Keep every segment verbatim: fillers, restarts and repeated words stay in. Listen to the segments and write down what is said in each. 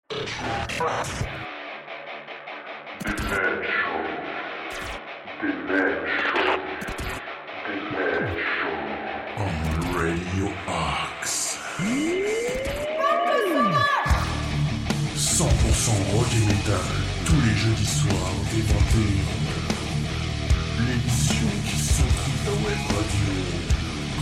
On Radio Axe. cent pour cent rock et metal, tous les jeudis soirs dès vingt et une heures. L'émission qui s'occupe de la web radio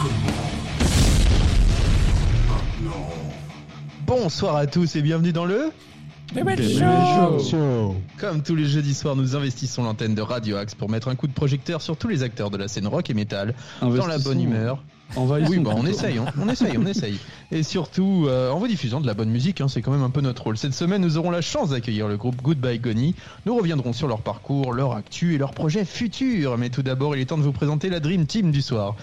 commence maintenant. Bonsoir à tous et bienvenue dans le Show. Show. Comme tous les jeudis soirs, nous investissons l'antenne de Radio Axe pour mettre un coup de projecteur sur tous les acteurs de la scène rock et metal, dans la bonne humeur. Oui, bah, on essaye, on, on essaye, on essaye. Et surtout, euh, en vous diffusant de la bonne musique, hein, c'est quand même un peu notre rôle. Cette semaine, nous aurons la chance d'accueillir le groupe Goodbye Goni. Nous reviendrons sur leur parcours, leur actu et leurs projets futurs. Mais tout d'abord, il est temps de vous présenter la Dream Team du soir.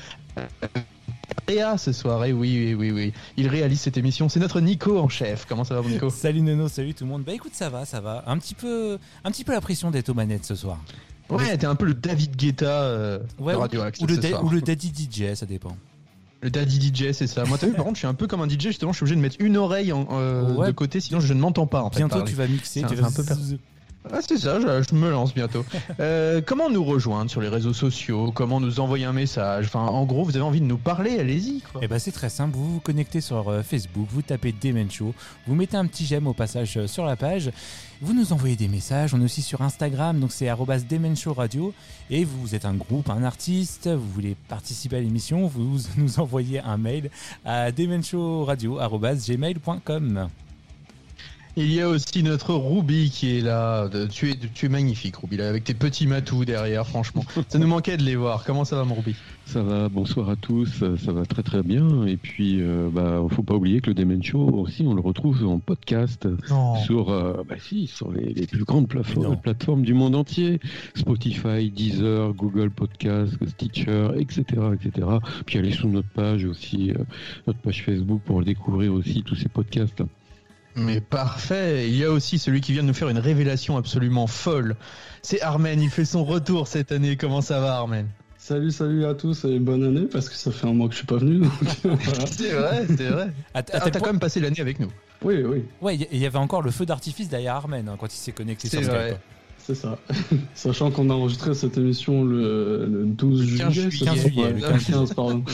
Réa ce soir, et oui, oui, oui, oui. Il réalise cette émission, c'est notre Nico en chef. Comment ça va, Nico ? Salut Nono, salut tout le monde. Bah écoute, ça va, ça va. Un petit peu, un petit peu la pression d'être aux manettes ce soir. Ouais, t'es un peu le David Guetta euh, ouais, de Radio Axe. Ou, ou, le ce da- soir. ou le Daddy D J, ça dépend. Le Daddy D J, c'est ça. Moi, t'as vu, par contre, je suis un peu comme un D J, justement, je suis obligé de mettre une oreille en, euh, ouais. de côté, sinon je ne m'entends pas. En fait, bientôt, parler. tu vas mixer, c'est tu un, vas un peu per... Ah, c'est ça, je, je me lance bientôt. euh, comment nous rejoindre sur les réseaux sociaux ? Comment nous envoyer un message ? Enfin, en gros, vous avez envie de nous parler, allez-y, quoi. Eh ben, c'est très simple, vous vous connectez sur euh, Facebook, vous tapez Demen Show, vous mettez un petit j'aime au passage euh, sur la page, vous nous envoyez des messages, on est aussi sur Instagram, donc c'est arobase Demen Show Radio, et vous êtes un groupe, un artiste, vous voulez participer à l'émission, vous nous envoyez un mail à demenshowradio arobase gmail point com. Il y a aussi notre Ruby qui est là. Tu es, tu es magnifique, Ruby, là, avec tes petits matous derrière, franchement. Ça nous manquait de les voir. Comment ça va, mon Ruby ? Ça va, bonsoir à tous, ça va très très bien. Et puis, euh, bah, faut pas oublier que le Demen Show aussi, on le retrouve en podcast non. sur, euh, bah, si, sur les, les plus grandes plateformes, plateformes du monde entier. Spotify, Deezer, Google Podcast, Stitcher, et cetera, et cetera. Puis allez sur notre page aussi, euh, notre page Facebook pour découvrir aussi tous ces podcasts. Mais parfait. Il y a aussi celui qui vient de nous faire une révélation absolument folle. C'est Armen, il fait son retour cette année. Comment ça va, Armen ? Salut, salut à tous et bonne année, parce que ça fait un mois que je suis pas venu. Donc, voilà. C'est vrai, c'est vrai. À t- à ah, t'as quand même passé l'année avec nous. Oui, oui. Ouais, il y avait encore le feu d'artifice derrière Armen hein, quand il s'est connecté c'est sur vrai. Skype. C'est ça. Sachant qu'on a enregistré cette émission le, le douze juillet. quinze juillet. Ouais, le quinze, pardon.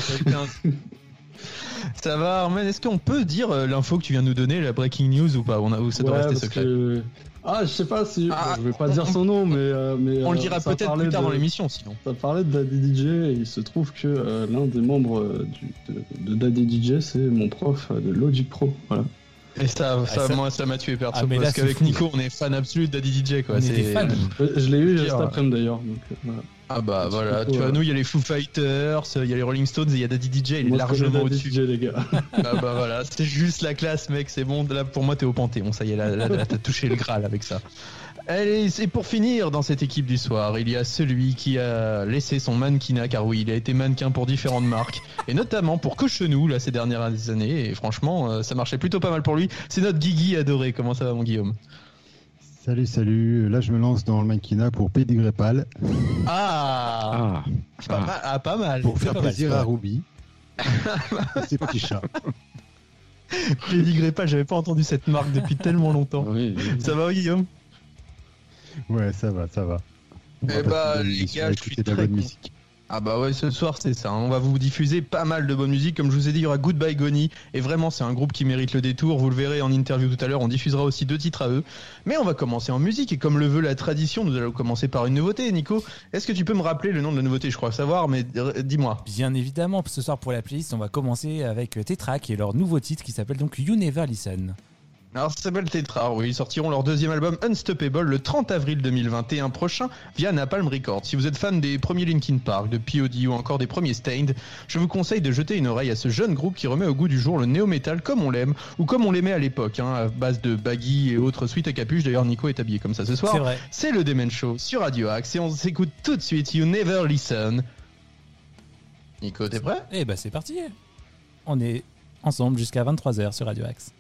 Ça va, Armen, est-ce qu'on peut dire euh, l'info que tu viens de nous donner, la breaking news ou pas ? On a, ou ça doit ouais, rester secret que... Ah, je sais pas si. Ah, je vais pas dire son nom, mais. Euh, mais on euh, le dira peut-être plus tard de... dans l'émission, sinon. Ça parlait de Daddy D J, et il se trouve que euh, l'un des membres euh, du, de, de Daddy D J, c'est mon prof de Logic Pro. Voilà. Et ça, ça, ah, ça... moi, ça m'a tué perso, ah, mais parce là, qu'avec fou. Nico, on est fan absolu de Daddy D J, quoi. On c'est... est fan. Je, je l'ai eu juste après-midi d'ailleurs. Donc, euh, voilà. Ah bah c'est voilà, plutôt, tu vois, euh... nous il y a les Foo Fighters, il y a les Rolling Stones et il y a Daddy D J, il est moi, largement Daddy au-dessus. D J, les gars. Ah bah voilà, c'est juste la classe, mec, c'est bon, là pour moi t'es au Panthéon, ça y est, là, là, là t'as touché le Graal avec ça. Allez, c'est pour finir dans cette équipe du soir, il y a celui qui a laissé son mannequinat, car oui, il a été mannequin pour différentes marques, et notamment pour Cochenou, là, ces dernières années, et franchement, ça marchait plutôt pas mal pour lui. C'est notre Guigui adoré, comment ça va mon Guillaume ? Salut, salut. Là, je me lance dans le mannequinat pour Pédigrépal. Ah, ah, pas, ah. Mal, ah, pas mal. Pour faire pas plaisir mal, à Ruby. C'est petit chat. Pédigrépal, j'avais pas entendu cette marque depuis tellement longtemps. Oui, oui. Ça va, Guillaume ? Ouais, ça va, ça va. Eh bah, les gars, je suis de la très bonne con... musique. Ah bah ouais, ce soir c'est ça, on va vous diffuser pas mal de bonne musique, comme je vous ai dit il y aura Goodbye Goni, et vraiment c'est un groupe qui mérite le détour, vous le verrez en interview tout à l'heure, on diffusera aussi deux titres à eux, mais on va commencer en musique, et comme le veut la tradition, nous allons commencer par une nouveauté. Nico, est-ce que tu peux me rappeler le nom de la nouveauté ? Je crois savoir, mais dis-moi. Bien évidemment, ce soir pour la playlist, on va commencer avec Tetrac et leur nouveau titre qui s'appelle donc You Never Listen. Alors ça s'appelle Tetra, oui, ils sortiront leur deuxième album Unstoppable le trente avril deux mille vingt et un prochain via Napalm Records. Si vous êtes fan des premiers Linkin Park, de P O D ou encore des premiers Staind, je vous conseille de jeter une oreille à ce jeune groupe qui remet au goût du jour le néo-metal comme on l'aime, ou comme on l'aimait à l'époque, hein, à base de baggy et autres suites à capuche. D'ailleurs Nico est habillé comme ça ce soir. C'est vrai. C'est le Demen Show sur Radio Axe et on s'écoute tout de suite You Never Listen. Nico, t'es prêt ? Eh bah c'est parti. On est ensemble jusqu'à vingt-trois heures sur Radio Axe.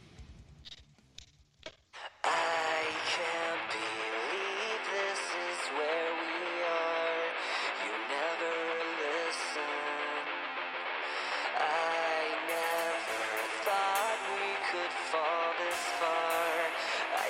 I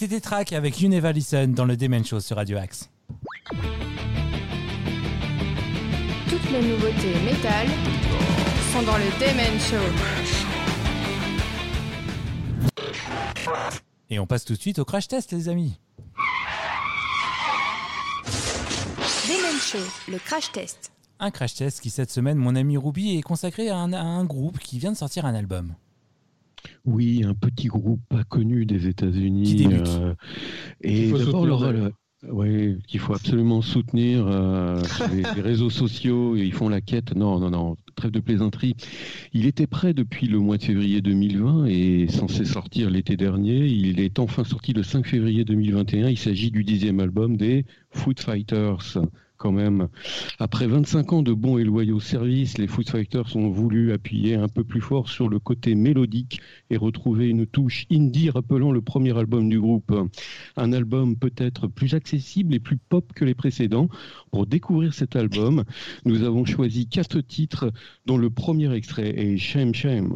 C'était des tracks avec You Never Listen dans le Demen Show sur Radio Axe. Toutes les nouveautés métal sont dans le Demen Show. Et on passe tout de suite au crash test, les amis. Demen Show, le crash test. Un crash test qui, cette semaine, mon ami Ruby, est consacré à un, à un groupe qui vient de sortir un album. Oui, un petit groupe pas connu des États-Unis. Qui débute. Euh, et d'abord, leur, le, ouais, qu'il faut absolument soutenir euh, sur les, les réseaux sociaux. Ils font la quête. Non, non, non. Trêve de plaisanterie. Il était prêt depuis le mois de février deux mille vingt et censé sortir l'été dernier. Il est enfin sorti le cinq février deux mille vingt et un. Il s'agit du dixième album des Foo Fighters. Quand même. Après vingt-cinq ans de bons et loyaux services, les Foo Fighters ont voulu appuyer un peu plus fort sur le côté mélodique et retrouver une touche indie rappelant le premier album du groupe. Un album peut-être plus accessible et plus pop que les précédents. Pour découvrir cet album, nous avons choisi quatre titres dont le premier extrait est Shame Shame.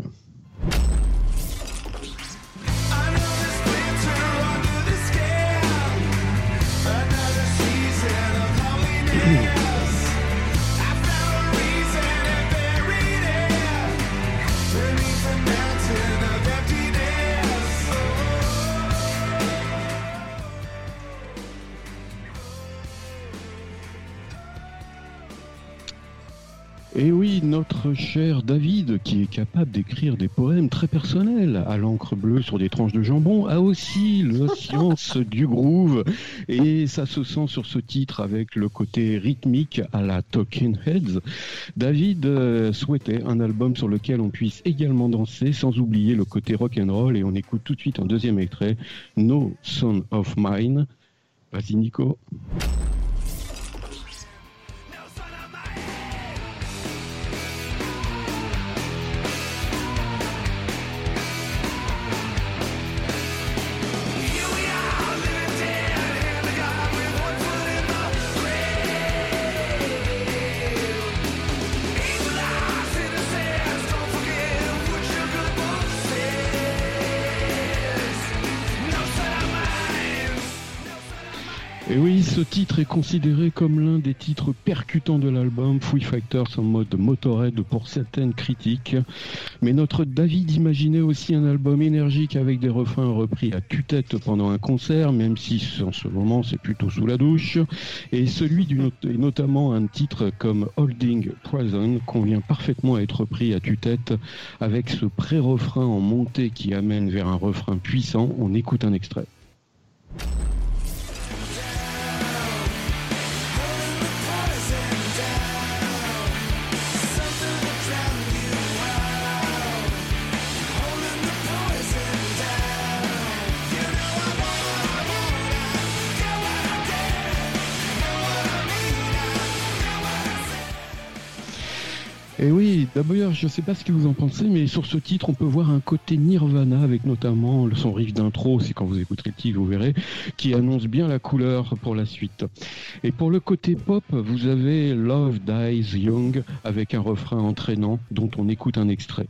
Et oui, notre cher David, qui est capable d'écrire des poèmes très personnels à l'encre bleue sur des tranches de jambon, a aussi la science du groove. Et ça se sent sur ce titre avec le côté rythmique à la Talking Heads. David euh, souhaitait un album sur lequel on puisse également danser, sans oublier le côté rock'n'roll. Et on écoute tout de suite un deuxième extrait, No Son of Mine. Vas-y Nico. Et oui, ce titre est considéré comme l'un des titres percutants de l'album, Foo Fighters en mode Motorhead pour certaines critiques. Mais notre David imaginait aussi un album énergique avec des refrains repris à tue-tête pendant un concert, même si en ce moment c'est plutôt sous la douche. Et celui du not- et notamment un titre comme Holding Prison convient parfaitement à être repris à tue-tête avec ce pré-refrain en montée qui amène vers un refrain puissant. On écoute un extrait. Et oui, d'abord, je ne sais pas ce que vous en pensez, mais sur ce titre, on peut voir un côté Nirvana, avec notamment son riff d'intro, c'est quand vous écouterez le titre, vous verrez, qui annonce bien la couleur pour la suite. Et pour le côté pop, vous avez Love Dies Young, avec un refrain entraînant, dont on écoute un extrait.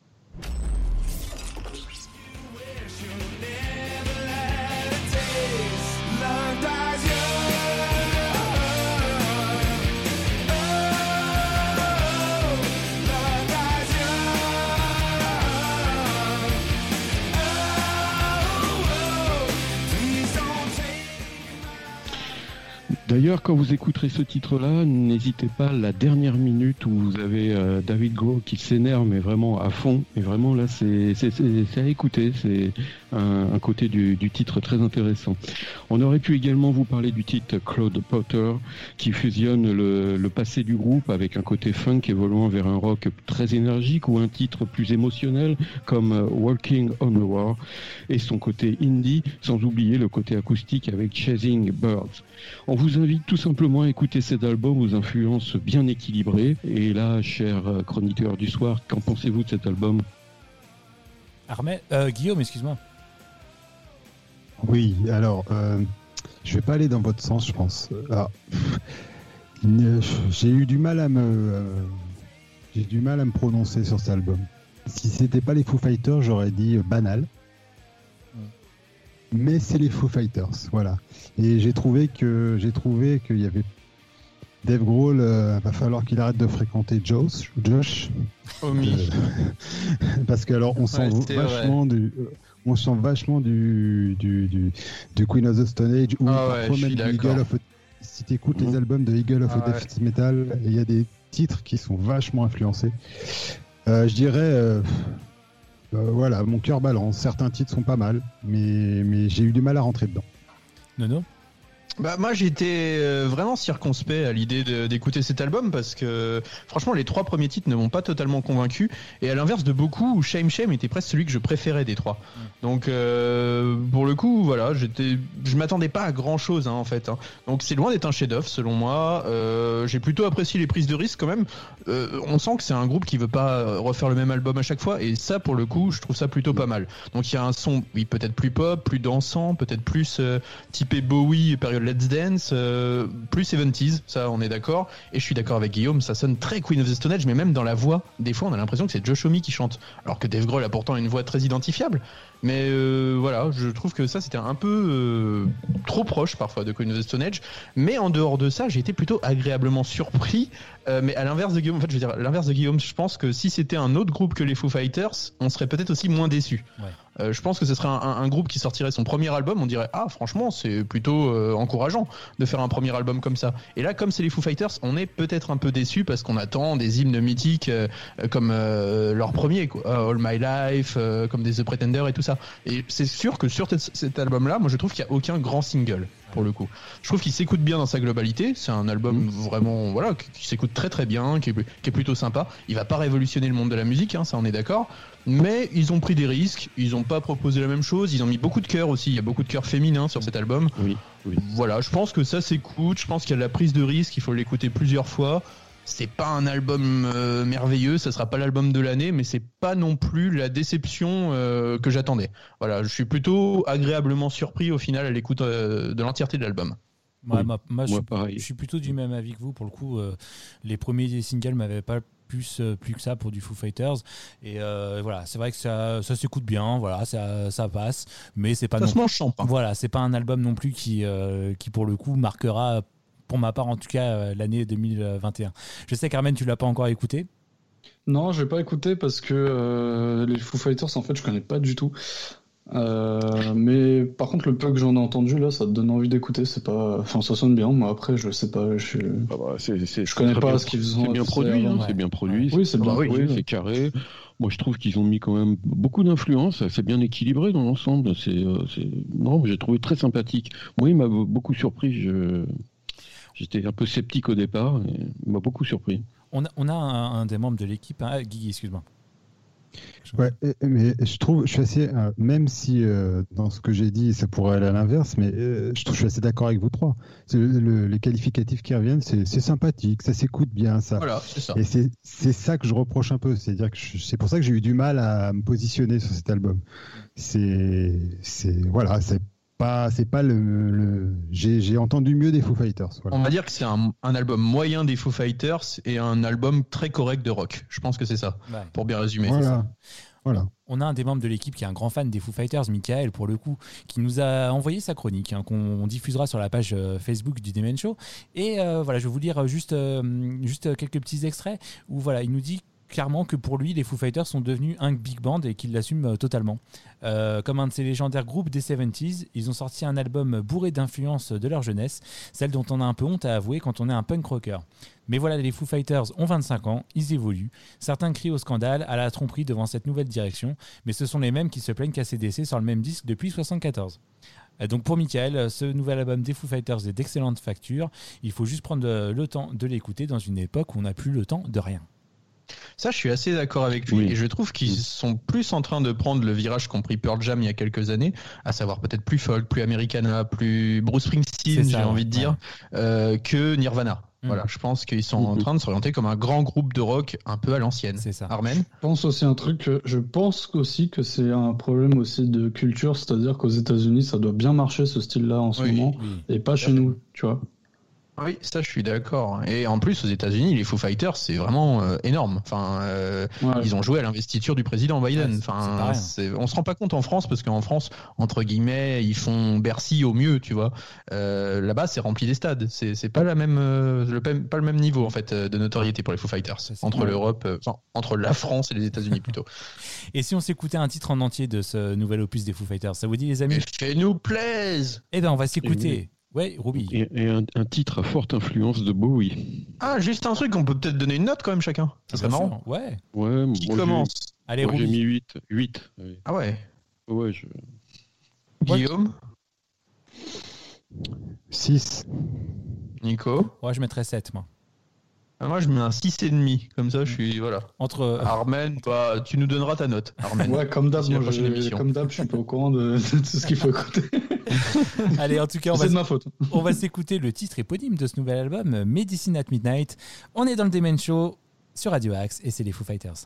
D'ailleurs, quand vous écouterez ce titre-là, n'hésitez pas, la dernière minute où vous avez euh, David Grohl qui s'énerve, mais vraiment à fond. Et vraiment, là, c'est, c'est, c'est, c'est à écouter. C'est un, un côté du, du titre très intéressant. On aurait pu également vous parler du titre Claude Potter, qui fusionne le, le passé du groupe avec un côté funk évoluant vers un rock très énergique, ou un titre plus émotionnel comme euh, Walking on the War, et son côté indie, sans oublier le côté acoustique avec Chasing Birds. On vous invite tout simplement à écouter cet album aux influences bien équilibrées. Et là, cher chroniqueur du soir, qu'en pensez-vous de cet album ? Armel, euh, Guillaume, excuse-moi. Oui, alors, euh, je vais pas aller dans votre sens, je pense. Ah, pff, j'ai eu du mal à me, euh, j'ai du mal à me prononcer sur cet album. Si c'était pas les Foo Fighters, j'aurais dit banal. mais c'est les Foo Fighters, voilà. Et j'ai trouvé que j'ai trouvé qu'il y avait Dave Grohl, euh, va falloir qu'il arrête de fréquenter Josh, Josh. Omi. Euh, parce que alors on sent Ouais, vachement vrai. du, on sent vachement du du, du, du Queen of the Stone Age ou Ah parfois ouais, je même suis du d'accord. Eagle of. Si tu écoutes Mhm. les albums de Eagle of Ah ouais. Death Metal, il y a des titres qui sont vachement influencés. Euh, je dirais, euh, euh, voilà, mon cœur balance. Certains titres sont pas mal, mais mais j'ai eu du mal à rentrer dedans. Nono. Bah moi j'étais euh, vraiment circonspect à l'idée de- d'écouter cet album parce que franchement les trois premiers titres ne m'ont pas totalement convaincu et à l'inverse de beaucoup, Shame Shame était presque celui que je préférais des trois. Donc euh, pour le coup voilà, j'étais, je m'attendais pas à grand chose hein, en fait. Hein. Donc c'est loin d'être un chef-d'œuvre selon moi. Euh, j'ai plutôt apprécié les prises de risque quand même. Euh, on sent que c'est un groupe qui veut pas refaire le même album à chaque fois et ça pour le coup je trouve ça plutôt pas mal. Donc il y a un son oui peut-être plus pop, plus dansant, peut-être plus euh, typé Bowie période Let's Dance, euh, plus soixante-dix, ça on est d'accord. Et je suis d'accord avec Guillaume, ça sonne très Queen of the Stone Age, mais même dans la voix, des fois on a l'impression que c'est Josh Homme qui chante, alors que Dave Grohl a pourtant une voix très identifiable. Mais euh, voilà, je trouve que ça c'était un peu euh, trop proche parfois de Queen of the Stone Age. Mais en dehors de ça, j'ai été plutôt agréablement surpris. Euh, mais à l'inverse de Guillaume, en fait, je veux dire, à l'inverse de Guillaume, je pense que si c'était un autre groupe que les Foo Fighters, on serait peut-être aussi moins déçus. Ouais. Euh, je pense que ce serait un, un, un groupe qui sortirait son premier album, on dirait ah franchement c'est plutôt euh, encourageant de faire un premier album comme ça. Et là comme c'est les Foo Fighters, on est peut-être un peu déçus parce qu'on attend des hymnes mythiques euh, comme euh, leur premier quoi, All My Life, euh, comme des The Pretenders et tout ça. Et c'est sûr que sur t- cet album-là, moi je trouve qu'il y a aucun grand single pour le coup. Je trouve qu'il s'écoute bien dans sa globalité. C'est un album vraiment voilà qui, qui s'écoute très très bien, qui est, qui est plutôt sympa. Il va pas révolutionner le monde de la musique, hein, ça on est d'accord. Mais ils ont pris des risques, ils ont pas proposé la même chose, ils ont mis beaucoup de cœur aussi, il y a beaucoup de cœur féminin sur cet album. Oui, oui. Voilà, je pense que ça s'écoute, je pense qu'il y a de la prise de risque, il faut l'écouter plusieurs fois. C'est pas un album euh, merveilleux, ça sera pas l'album de l'année, mais c'est pas non plus la déception euh, que j'attendais. Voilà, je suis plutôt agréablement surpris au final à l'écoute euh, de l'entièreté de l'album. Ouais, Oui. moi, moi, je, Moi, suis, pareil. je suis plutôt du même avis que vous. Pour le coup, euh, les premiers singles m'avaient pas plus, euh, plus que ça pour du Foo Fighters. Et euh, voilà, c'est vrai que ça, ça s'écoute bien, voilà, ça, ça passe, mais c'est pas Ça non se mange champagne. Voilà, c'est pas un album non plus qui, euh, qui pour le coup marquera, pour ma part en tout cas, euh, l'année deux mille vingt et un. Je sais qu'Armen, tu l'as pas encore écouté. Non, je vais pas écouter parce que euh, les Foo Fighters, en fait, je connais pas du tout. Euh, mais par contre, le peu que j'en ai entendu là, ça te donne envie d'écouter. C'est pas, enfin, ça sonne bien. Moi, après, je sais pas. Je, Ah bah, c'est, c'est, je connais c'est pas bien, ce qu'ils font. C'est bien c'est produit, hein, avant. c'est bien produit. Oui, c'est bien bah, oui, produit, c'est carré. Moi, je trouve qu'ils ont mis quand même beaucoup d'influence. C'est bien équilibré dans l'ensemble. C'est, euh, c'est... Non, j'ai trouvé très sympathique. Moi, il m'a beaucoup surpris. Je... J'étais un peu sceptique au départ. Et il m'a beaucoup surpris. On a, on a un, un des membres de l'équipe, hein, Guigui, excuse-moi. Ouais, et- mais je trouve, je suis assez, euh, même si euh, dans ce que j'ai dit, ça pourrait aller à l'inverse, mais euh, je trouve, je suis assez d'accord avec vous trois. C'est le- le- les qualificatifs qui reviennent, c'est, c'est sympathique, ça s'écoute bien, ça. Voilà, c'est ça. Et c'est, c'est ça que je reproche un peu, c'est-à-dire que je- c'est pour ça que j'ai eu du mal à me positionner sur cet album. C'est, c'est, voilà, c'est pas, c'est pas le, le- j'ai, j'ai entendu mieux des Foo Fighters. Voilà. On va dire que c'est un, un album moyen des Foo Fighters et un album très correct de rock. Je pense que c'est ça, Ouais. pour bien résumer. Voilà. Voilà. On a un des membres de l'équipe qui est un grand fan des Foo Fighters, Michael, pour le coup, qui nous a envoyé sa chronique, hein, qu'on diffusera sur la page euh, Facebook du Demen Show. Et euh, voilà, je vais vous lire juste, euh, juste quelques petits extraits où voilà, il nous dit clairement que pour lui, les Foo Fighters sont devenus un big band et qu'il l'assume euh, totalement. Euh, comme un de ces légendaires groupes des soixante-dix, ils ont sorti un album bourré d'influences de leur jeunesse, celle dont on a un peu honte à avouer quand on est un punk rocker. Mais voilà, les Foo Fighters ont vingt-cinq ans, ils évoluent. Certains crient au scandale, à la tromperie devant cette nouvelle direction, mais ce sont les mêmes qui se plaignent qu'A C D C sort le même disque depuis soixante-quatorze. Donc pour Michael, ce nouvel album des Foo Fighters est d'excellente facture. Il faut juste prendre le temps de l'écouter dans une époque où on n'a plus le temps de rien. Ça, je suis assez d'accord avec lui, Oui. et je trouve qu'ils sont plus en train de prendre le virage qu'ont pris Pearl Jam il y a quelques années, à savoir peut-être plus folk, plus Americana, plus Bruce Springsteen, C'est j'ai ça, envie de ouais. dire, euh, que Nirvana. Mm. Voilà, je pense qu'ils sont en Mhm. train de s'orienter comme un grand groupe de rock un peu à l'ancienne. C'est ça. Armen? Je pense aussi un truc, que- je pense aussi que c'est un problème aussi de culture, c'est-à-dire qu'aux États-Unis, ça doit bien marcher ce style-là en ce Oui. moment, Oui. et pas chez nous, tu vois. Oui, ça je suis d'accord. Et en plus aux États-Unis, les Foo Fighters, c'est vraiment euh, énorme. Enfin, euh, ouais. Ils ont joué à l'investiture du président Biden. Enfin, c'est, c'est, on se rend pas compte en France parce qu'en France, entre guillemets, ils font Bercy au mieux, tu vois. Euh, là-bas, c'est rempli des stades. C'est, c'est pas la même, euh, le pas le même niveau en fait de notoriété pour les Foo Fighters entre vrai. l'Europe, euh, enfin, entre la France et les États-Unis plutôt. Et si on s'écoutait un titre en entier de ce nouvel opus des Foo Fighters, ça vous dit les amis? Fais-nous plaise. Eh ben, on va s'écouter. Ouais, Ruby. Et, et un, un titre à forte influence de Bowie. Ah, juste un truc, on peut peut-être donner une note quand même chacun. Ça serait marrant. Ouais. Ouais. Qui bon, commence? Allez, moi, Ruby. J'ai mis huit. huit. Ouais. Ah ouais. Ouais, je. Guillaume. six. Nico. Ouais, je mettrais sept, moi. Ah, moi, je mets un six virgule cinq. Comme ça, je suis. Voilà. Entre. Armen, bah, tu nous donneras ta note. Armen. Ouais, comme d'hab, moi, je, comme d'hab, je suis pas au courant de, de tout ce qu'il faut écouter. Allez, en tout cas, on c'est va, de ma faute. on va s'écouter le titre éponyme de ce nouvel album, Medicine at Midnight. On est dans le Demen Show sur Radio Axe et c'est les Foo Fighters.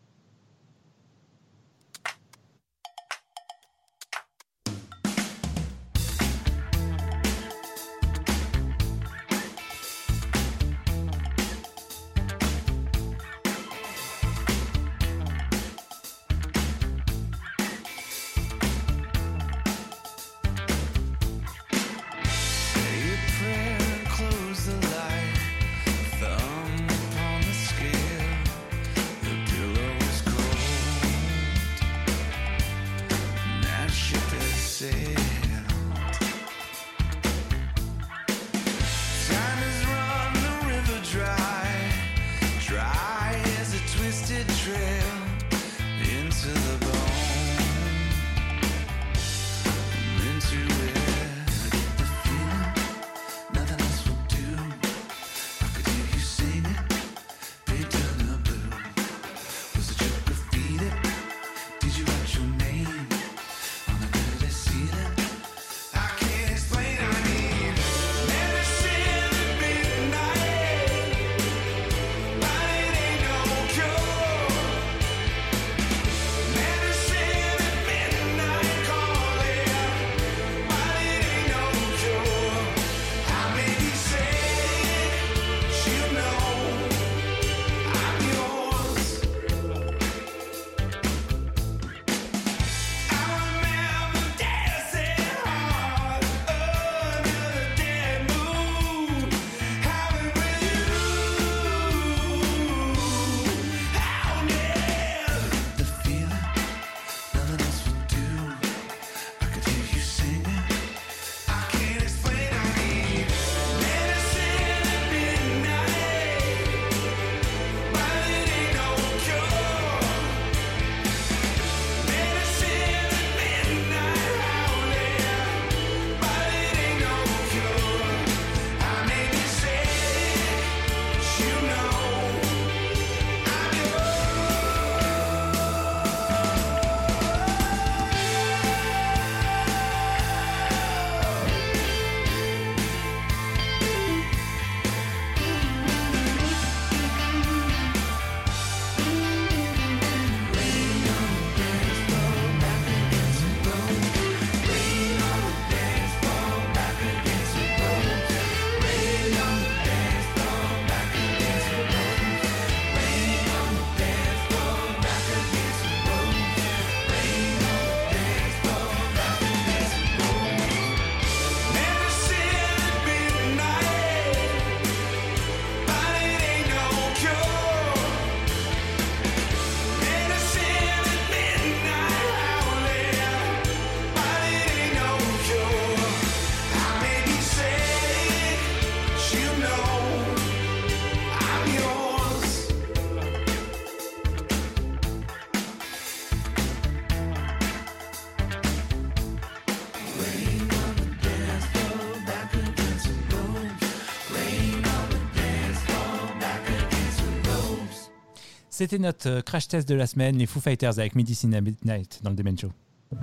C'était notre crash test de la semaine, les Foo Fighters avec Medicine at Midnight dans le Demen Show.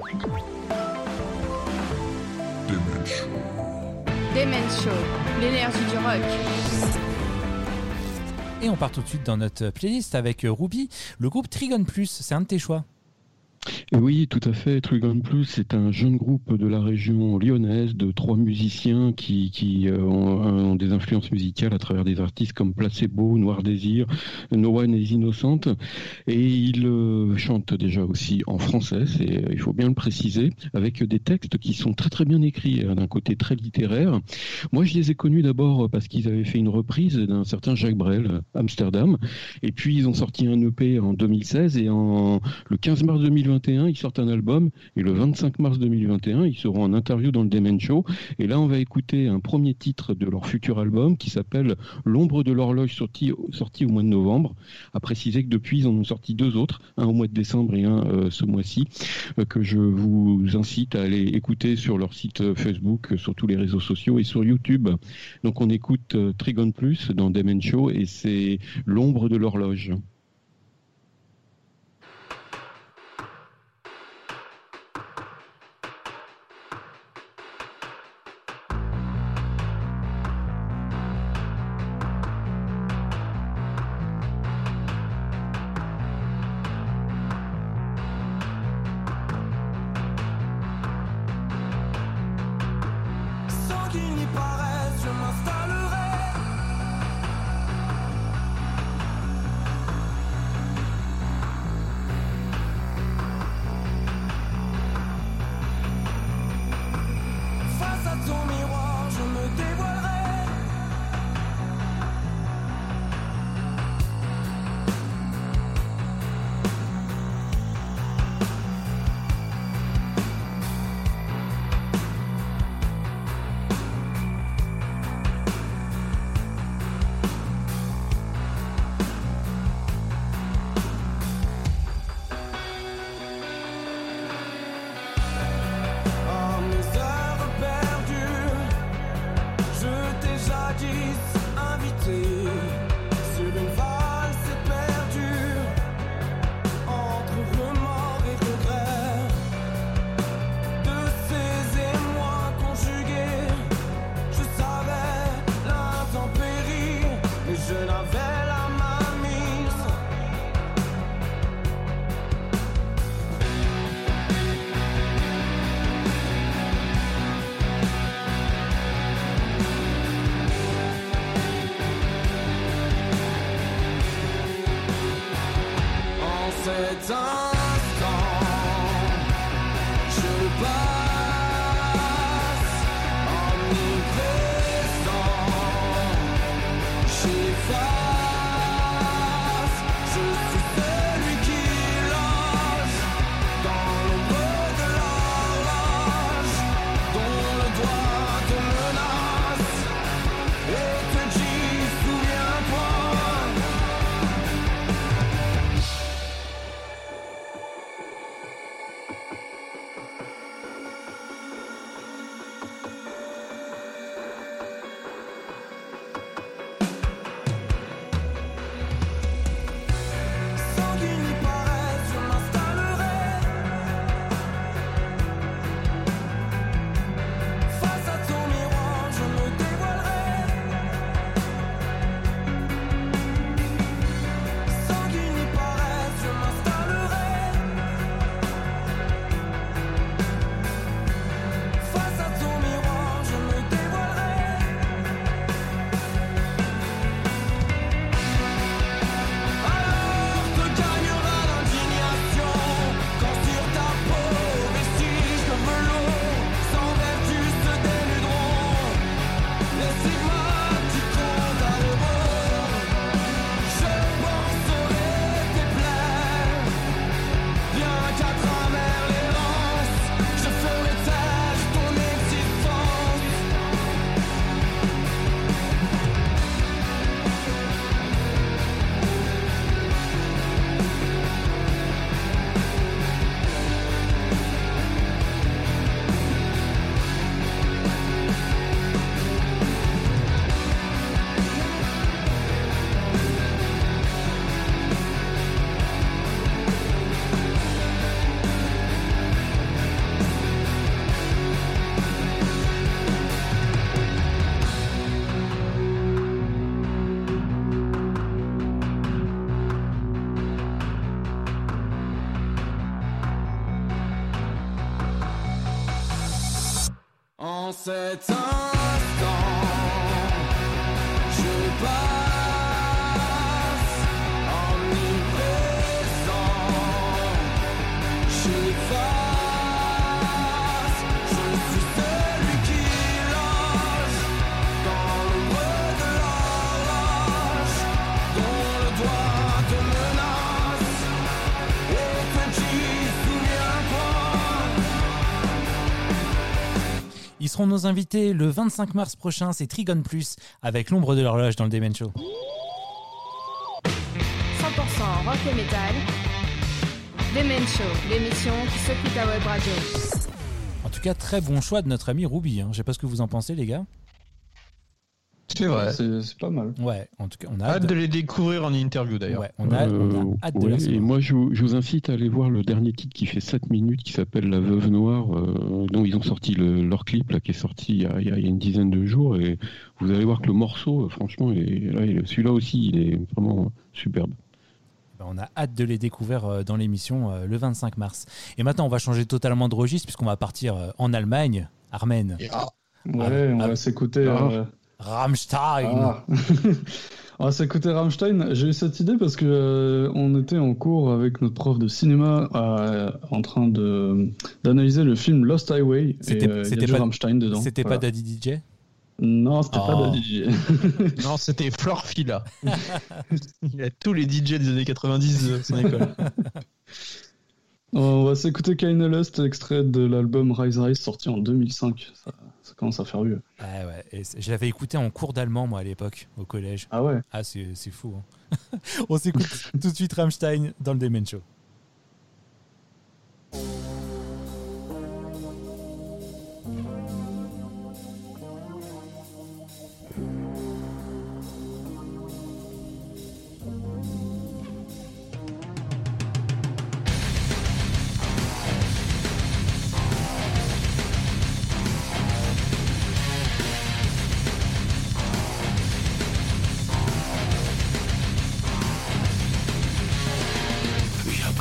Demen Show. Demen Show, l'énergie du rock. Et on part tout de suite dans notre playlist avec Ruby, le groupe Trigon Plus, c'est un de tes choix. Oui, tout à fait. Trigon Plus, c'est un jeune groupe de la région lyonnaise de trois musiciens qui, qui euh, ont, ont des influences musicales à travers des artistes comme Placebo, Noir Désir, No One is Innocent. Et ils euh, chantent déjà aussi en français, c'est, il faut bien le préciser, avec des textes qui sont très très bien écrits, hein, d'un côté très littéraire. Moi, je les ai connus d'abord parce qu'ils avaient fait une reprise d'un certain Jacques Brel, Amsterdam. Et puis, ils ont sorti un E P en deux mille seize et en le quinze mars deux mille vingt et un, ils sortent un album et le vingt-cinq mars deux mille vingt et un, ils seront en interview dans le Demen Show. Et là, on va écouter un premier titre de leur futur album qui s'appelle L'ombre de l'horloge, sorti, sorti au mois de novembre. À préciser que depuis, ils en ont sorti deux autres, un au mois de décembre et un euh, ce mois-ci, euh, que je vous incite à aller écouter sur leur site Facebook, euh, sur tous les réseaux sociaux et sur YouTube. Donc on écoute euh, Trigon Plus dans Demen Show et c'est L'ombre de l'horloge. En cet instant, je passe omniprésent, j'efface, je suis celui qui loge dans l'ombre de l'horloge, dont le doigt te menace et te dit souviens-toi. Ils seront nos invités le vingt-cinq mars prochain, c'est Trigon Plus avec l'ombre de l'horloge dans le Demen Show. cent pour cent rock et métal. Demen Show, l'émission qui secoue ta web radio. En tout cas, très bon choix de notre ami Ruby. Hein. Je sais pas ce que vous en pensez, les gars. C'est vrai. C'est, c'est pas mal. Ouais, en tout cas, on a hâte hâte de les découvrir en interview d'ailleurs. Ouais, on a, on a Euh, hâte de ouais, la et savoir. moi, je vous, je vous incite à aller voir le dernier titre qui fait sept minutes, qui s'appelle La Veuve Noire, euh, dont ils ont sorti le- leur clip, là, qui est sorti il y, a, il y a- il y a une dizaine de jours, et vous allez voir que le morceau, euh, franchement, est, là, il- celui-là aussi, il est vraiment superbe. Ben, on a hâte de les découvrir euh, dans l'émission euh, le vingt-cinq mars. Et maintenant, on va changer totalement de registre puisqu'on va partir euh, en Allemagne, Armen. Ouais, Ah, on ah, va s'écouter. ah. euh, Rammstein. Ah. On va s'écouter Rammstein. J'ai eu cette idée parce que euh, on était en cours avec notre prof de cinéma euh, en train de d'analyser le film Lost Highway. C'était- et, euh, il y c'était a du pas- Rammstein dedans. C'était Voilà. pas Daddy D J? Non, c'était Oh. pas Daddy J. Non, c'était Florfila. Il a tous les D J des années quatre-vingt-dix de son école. On va s'écouter Keine Lust, extrait de l'album Rise Rise sorti en deux mille cinq. Ça, ça commence à faire vieux. Ah ouais, et c'est- je l'avais écouté en cours d'allemand, moi, à l'époque, au collège. Ah ouais. Ah, c'est, c'est fou. Hein. On s'écoute tout de suite Rammstein dans le Demen Show. Wir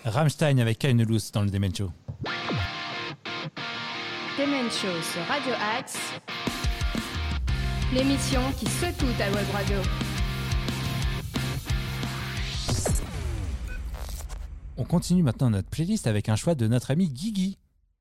Rammstein avec Keine Lust dans le Demen Show. Demen Show sur Radio Axe, l'émission qui secoue ta web radio. On continue maintenant notre playlist avec un choix de notre ami Guigui.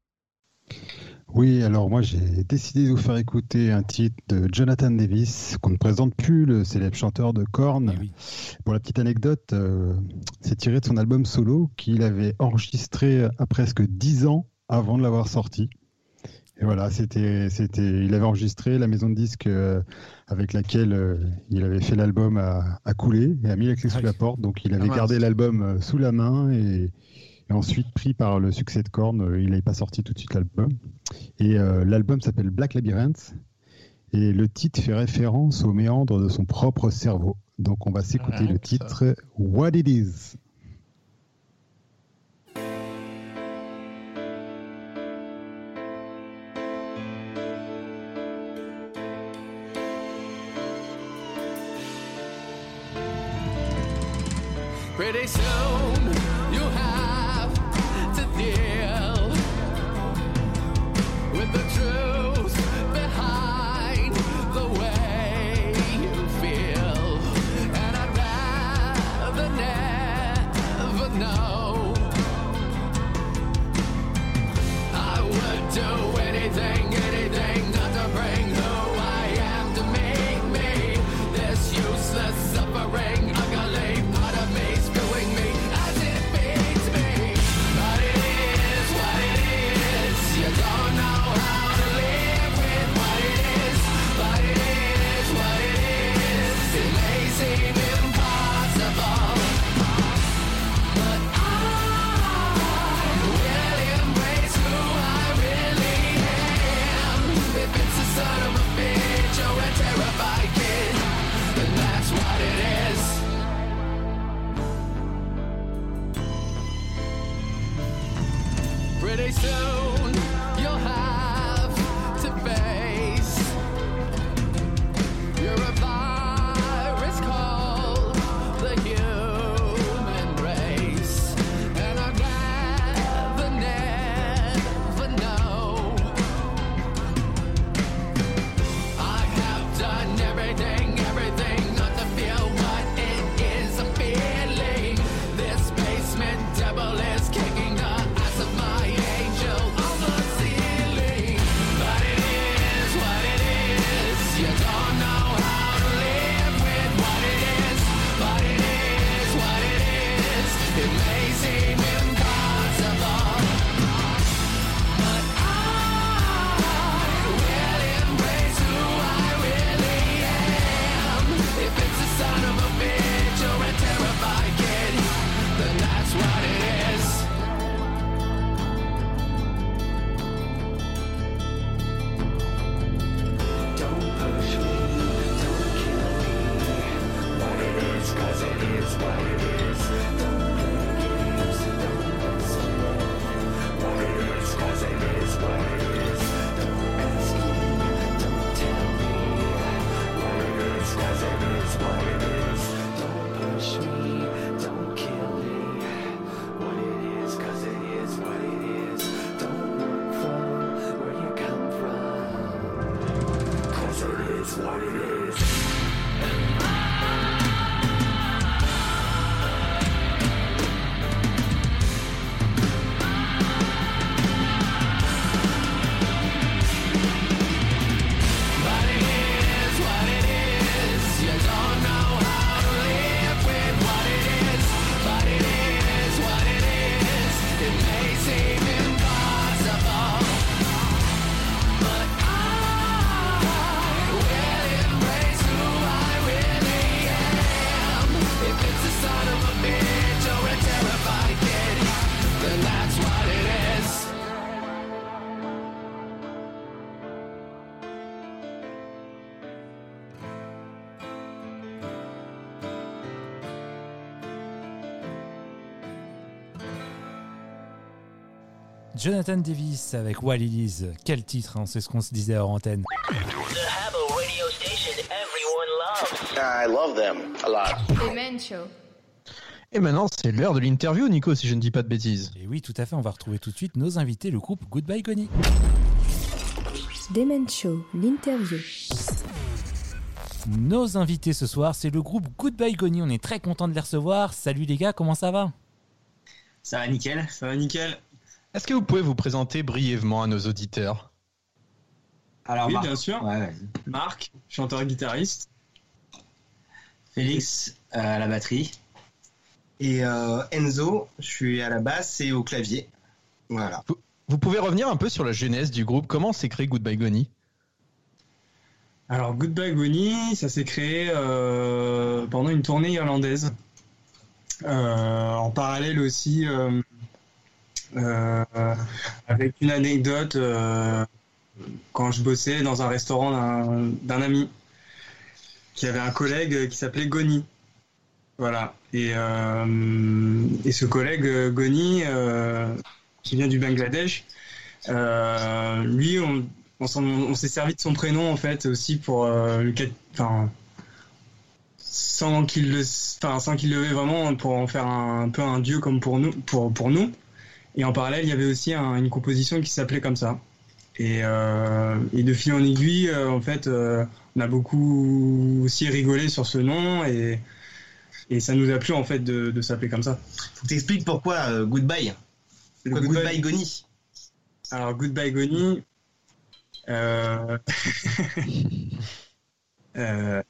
Oui, alors moi j'ai décidé de vous faire écouter un titre de Jonathan Davis, qu'on ne présente plus, le célèbre chanteur de Korn. Oui. Pour la petite anecdote, euh, c'est tiré de son album solo qu'il avait enregistré à presque dix ans avant de l'avoir sorti. Et voilà, c'était, c'était, il avait enregistré, la maison de disques euh, avec laquelle euh, il avait fait l'album a, a coulé et a mis la clé sous la porte, donc il avait ah, gardé l'album euh, sous la main et, et ensuite pris par le succès de Korn, euh, il n'avait pas sorti tout de suite l'album. Et euh, l'album s'appelle Black Labyrinth et le titre fait référence aux méandres de son propre cerveau. Donc on va s'écouter ah, le titre ça. What It Is. Pretty soon you'll have to deal with the truth behind the way you feel, and I'd rather never know. I would do anything, anything not to bring who I am to make me this useless suffering ugly part of me. Pretty soon you'll have to face you're a virus called the human race, and I'd rather never know. I have done everything, everything not to feel what it is I'm feeling. This basement devil is kicking the ass of my angel on the ceiling. But it is what it is. You don't know how to live with what it is. But it is what it is. It may seem impossible, but I will embrace who I really am. If it's a son of a bitch or a terrified kid, then that's what it is. Don't push me, don't kill me. What it is, cause it is what it is. Don't play games, don't mess with it. What it is, cause it is what it is. Don't ask me, don't tell me. What it is, cause it is what it is. Don't push me, don't kill me. What it is, cause it is what it is. Don't look for where you come from, cause it is what it is. But it is what it is. You don't know how to live with what it is. But it is what it is. It may seem impossible, but I will embrace who I really am. If it's a son of a bitch or a terrified kid, then that's what it is. Jonathan Davis avec What It Is. Quel titre, hein, c'est ce qu'on se disait hors antenne. The Habbo radio station everyone loves. I love them a lot. Demen Show. Et maintenant, c'est l'heure de l'interview, Nico, si je ne dis pas de bêtises. Et oui, tout à fait, on va retrouver tout de suite nos invités, le groupe Goodbye Goni. Demen Show, l'interview. Nos invités ce soir, c'est le groupe Goodbye Goni. On est très content de les recevoir. Salut les gars, comment ça va ? Ça va nickel, ça va nickel. Est-ce que vous pouvez vous présenter brièvement à nos auditeurs ? Alors, oui, Marc. bien sûr. Ouais, ouais. Marc, chanteur-guitariste. Félix euh, à la batterie. Et euh, Enzo, je suis à la basse et au clavier. Voilà. Vous, vous pouvez revenir un peu sur la genèse du groupe. Comment s'est créé Goodbye Goni ? Alors, Goodbye Goni, ça s'est créé euh, pendant une tournée irlandaise. Euh, en parallèle aussi, euh, euh, avec une anecdote, euh, quand je bossais dans un restaurant d'un, d'un ami qui avait un collègue qui s'appelait Goni. Voilà. Et, euh, et ce collègue Goni, euh, qui vient du Bangladesh, euh, lui, on, on, on s'est servi de son prénom en fait aussi pour euh, le, enfin, sans qu'il le, enfin, sans qu'il le veuille vraiment, pour en faire un, un peu un dieu comme pour nous, pour pour nous. Et en parallèle, il y avait aussi un, une composition qui s'appelait comme ça. Et, euh, et de fil en aiguille, euh, en fait, euh, on a beaucoup aussi rigolé sur ce nom et Et ça nous a plu en fait de, de s'appeler comme ça. Faut que t'expliques pourquoi euh, Goodbye. Pourquoi Goodbye, goodbye Goni. Alors Goodbye Goni. Euh... euh...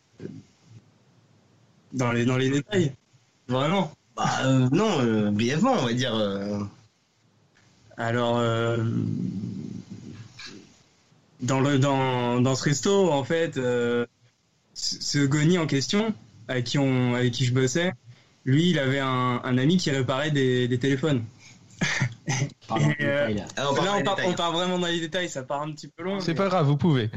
Dans les dans les détails. Vraiment. Bah euh, non, euh, brièvement on va dire. Euh... Alors euh... dans le dans dans ce resto en fait, euh... ce Goni en question. Avec qui, on, avec qui je bossais, lui, il avait un, un ami qui réparait des, des téléphones. Pardon, et, euh, là, on, là on, part, on part vraiment dans les détails, ça part un petit peu loin. C'est mais... pas grave, vous pouvez.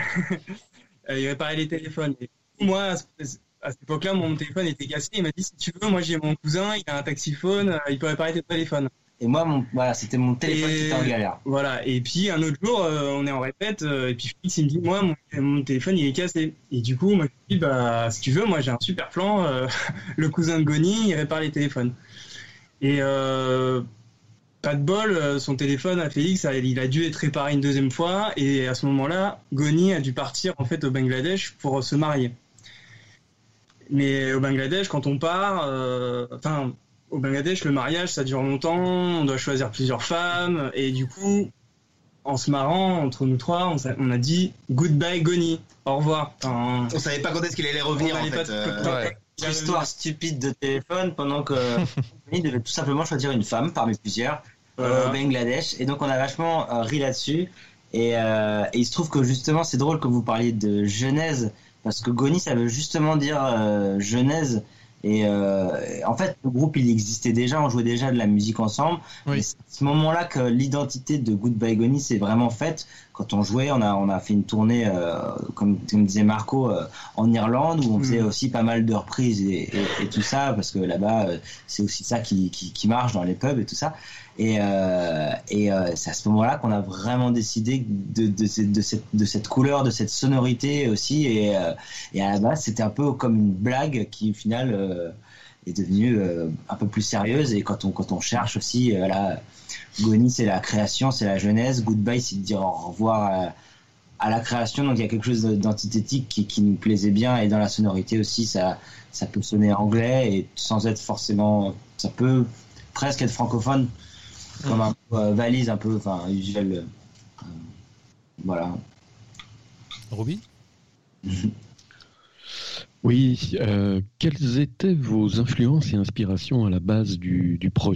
Il réparait les téléphones. Et moi, à cette époque-là, mon téléphone était cassé. Il m'a dit, si tu veux, moi j'ai mon cousin, il a un taxiphone, il peut réparer tes téléphones. Et moi, mon, voilà, c'était mon téléphone et, qui était en galère. Voilà. Et puis un autre jour, euh, on est en répète, euh, et puis Félix il me dit, moi, mon, mon téléphone il est cassé. Et du coup, moi je lui dis, bah, si tu veux, moi j'ai un super plan. Euh, le cousin de Goni, il répare les téléphones. Et euh, pas de bol, son téléphone à Félix, il a dû être réparé une deuxième fois. Et à ce moment-là, Goni a dû partir en fait au Bangladesh pour se marier. Mais au Bangladesh, quand on part, euh, enfin. Au Bangladesh, le mariage, ça dure longtemps, on doit choisir plusieurs femmes, et du coup, en se marrant, entre nous trois, on, on a dit « Goodbye Goni », au revoir. Enfin, on savait pas quand est-ce qu'il allait revenir, en fait. Euh... Ouais. Histoire stupide de téléphone, pendant que Goni devait tout simplement choisir une femme, parmi plusieurs, voilà. Au Bangladesh, et donc on a vachement euh, ri là-dessus, et, euh, et il se trouve que justement, c'est drôle que vous parliez de genèse, parce que Goni, ça veut justement dire euh, genèse. Et euh, en fait, le groupe, il existait déjà, on jouait déjà de la musique ensemble. Oui. Et c'est à ce moment-là que l'identité de Goodbye Goni s'est vraiment faite. Quand on jouait, on a, on a fait une tournée, euh, comme, comme disait Marco, euh, en Irlande, où on faisait mmh. aussi pas mal de reprises et, et, et tout ça, parce que là-bas, euh, c'est aussi ça qui, qui, qui marche dans les pubs et tout ça. Et, euh, et euh, c'est à ce moment-là qu'on a vraiment décidé de, de, de, de, cette, de cette couleur, de cette sonorité aussi. Et, euh, et à la base, c'était un peu comme une blague qui, au final, euh, est devenue euh, un peu plus sérieuse. Et quand on, quand on cherche aussi, euh, là, Goni, c'est la création, c'est la jeunesse. Goodbye, c'est de dire au revoir à, à la création. Donc il y a quelque chose d'antithétique qui, qui nous plaisait bien. Et dans la sonorité aussi, ça, ça peut sonner anglais et sans être forcément... Ça peut presque être francophone. Comme un euh, valise un peu, enfin, usuel. Euh, voilà. Roby ? Oui, euh, quelles étaient vos influences et inspirations à la base du, du projet ?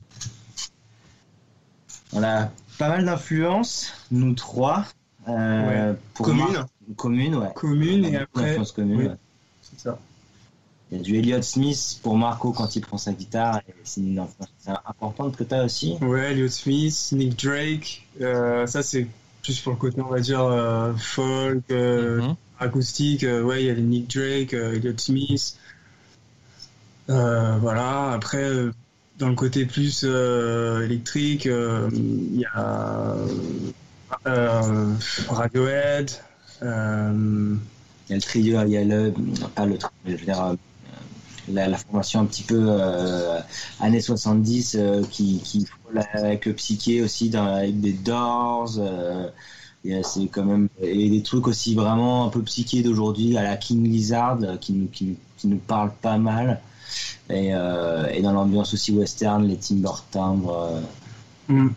On a pas mal d'influences, nous trois. Euh, ouais. pour commune Mar- Commune, ouais. Commune et après. Commune, oui. ouais. C'est ça. Il y a du Elliott Smith pour Marco quand il prend sa guitare. Et c'est une influence importante que tu as aussi. Ouais, Elliott Smith, Nick Drake. Euh, ça, c'est plus pour le côté, on va dire, euh, folk, euh, mm-hmm. acoustique. Euh, ouais, il y a les Nick Drake, euh, Elliott Smith. Euh, voilà. Après, euh, dans le côté plus euh, électrique, il euh, y a euh, Radiohead. Il euh, y a le trio, il y a le. Pas le trio, je veux dire. la, la formation un petit peu euh, années soixante-dix euh, qui qui avec le psyché aussi dans, avec des Doors euh, et c'est quand même et des trucs aussi vraiment un peu psyché d'aujourd'hui à la King Lizard qui qui qui nous parle pas mal et euh, et dans l'ambiance aussi western, les timbres timbres euh, mm.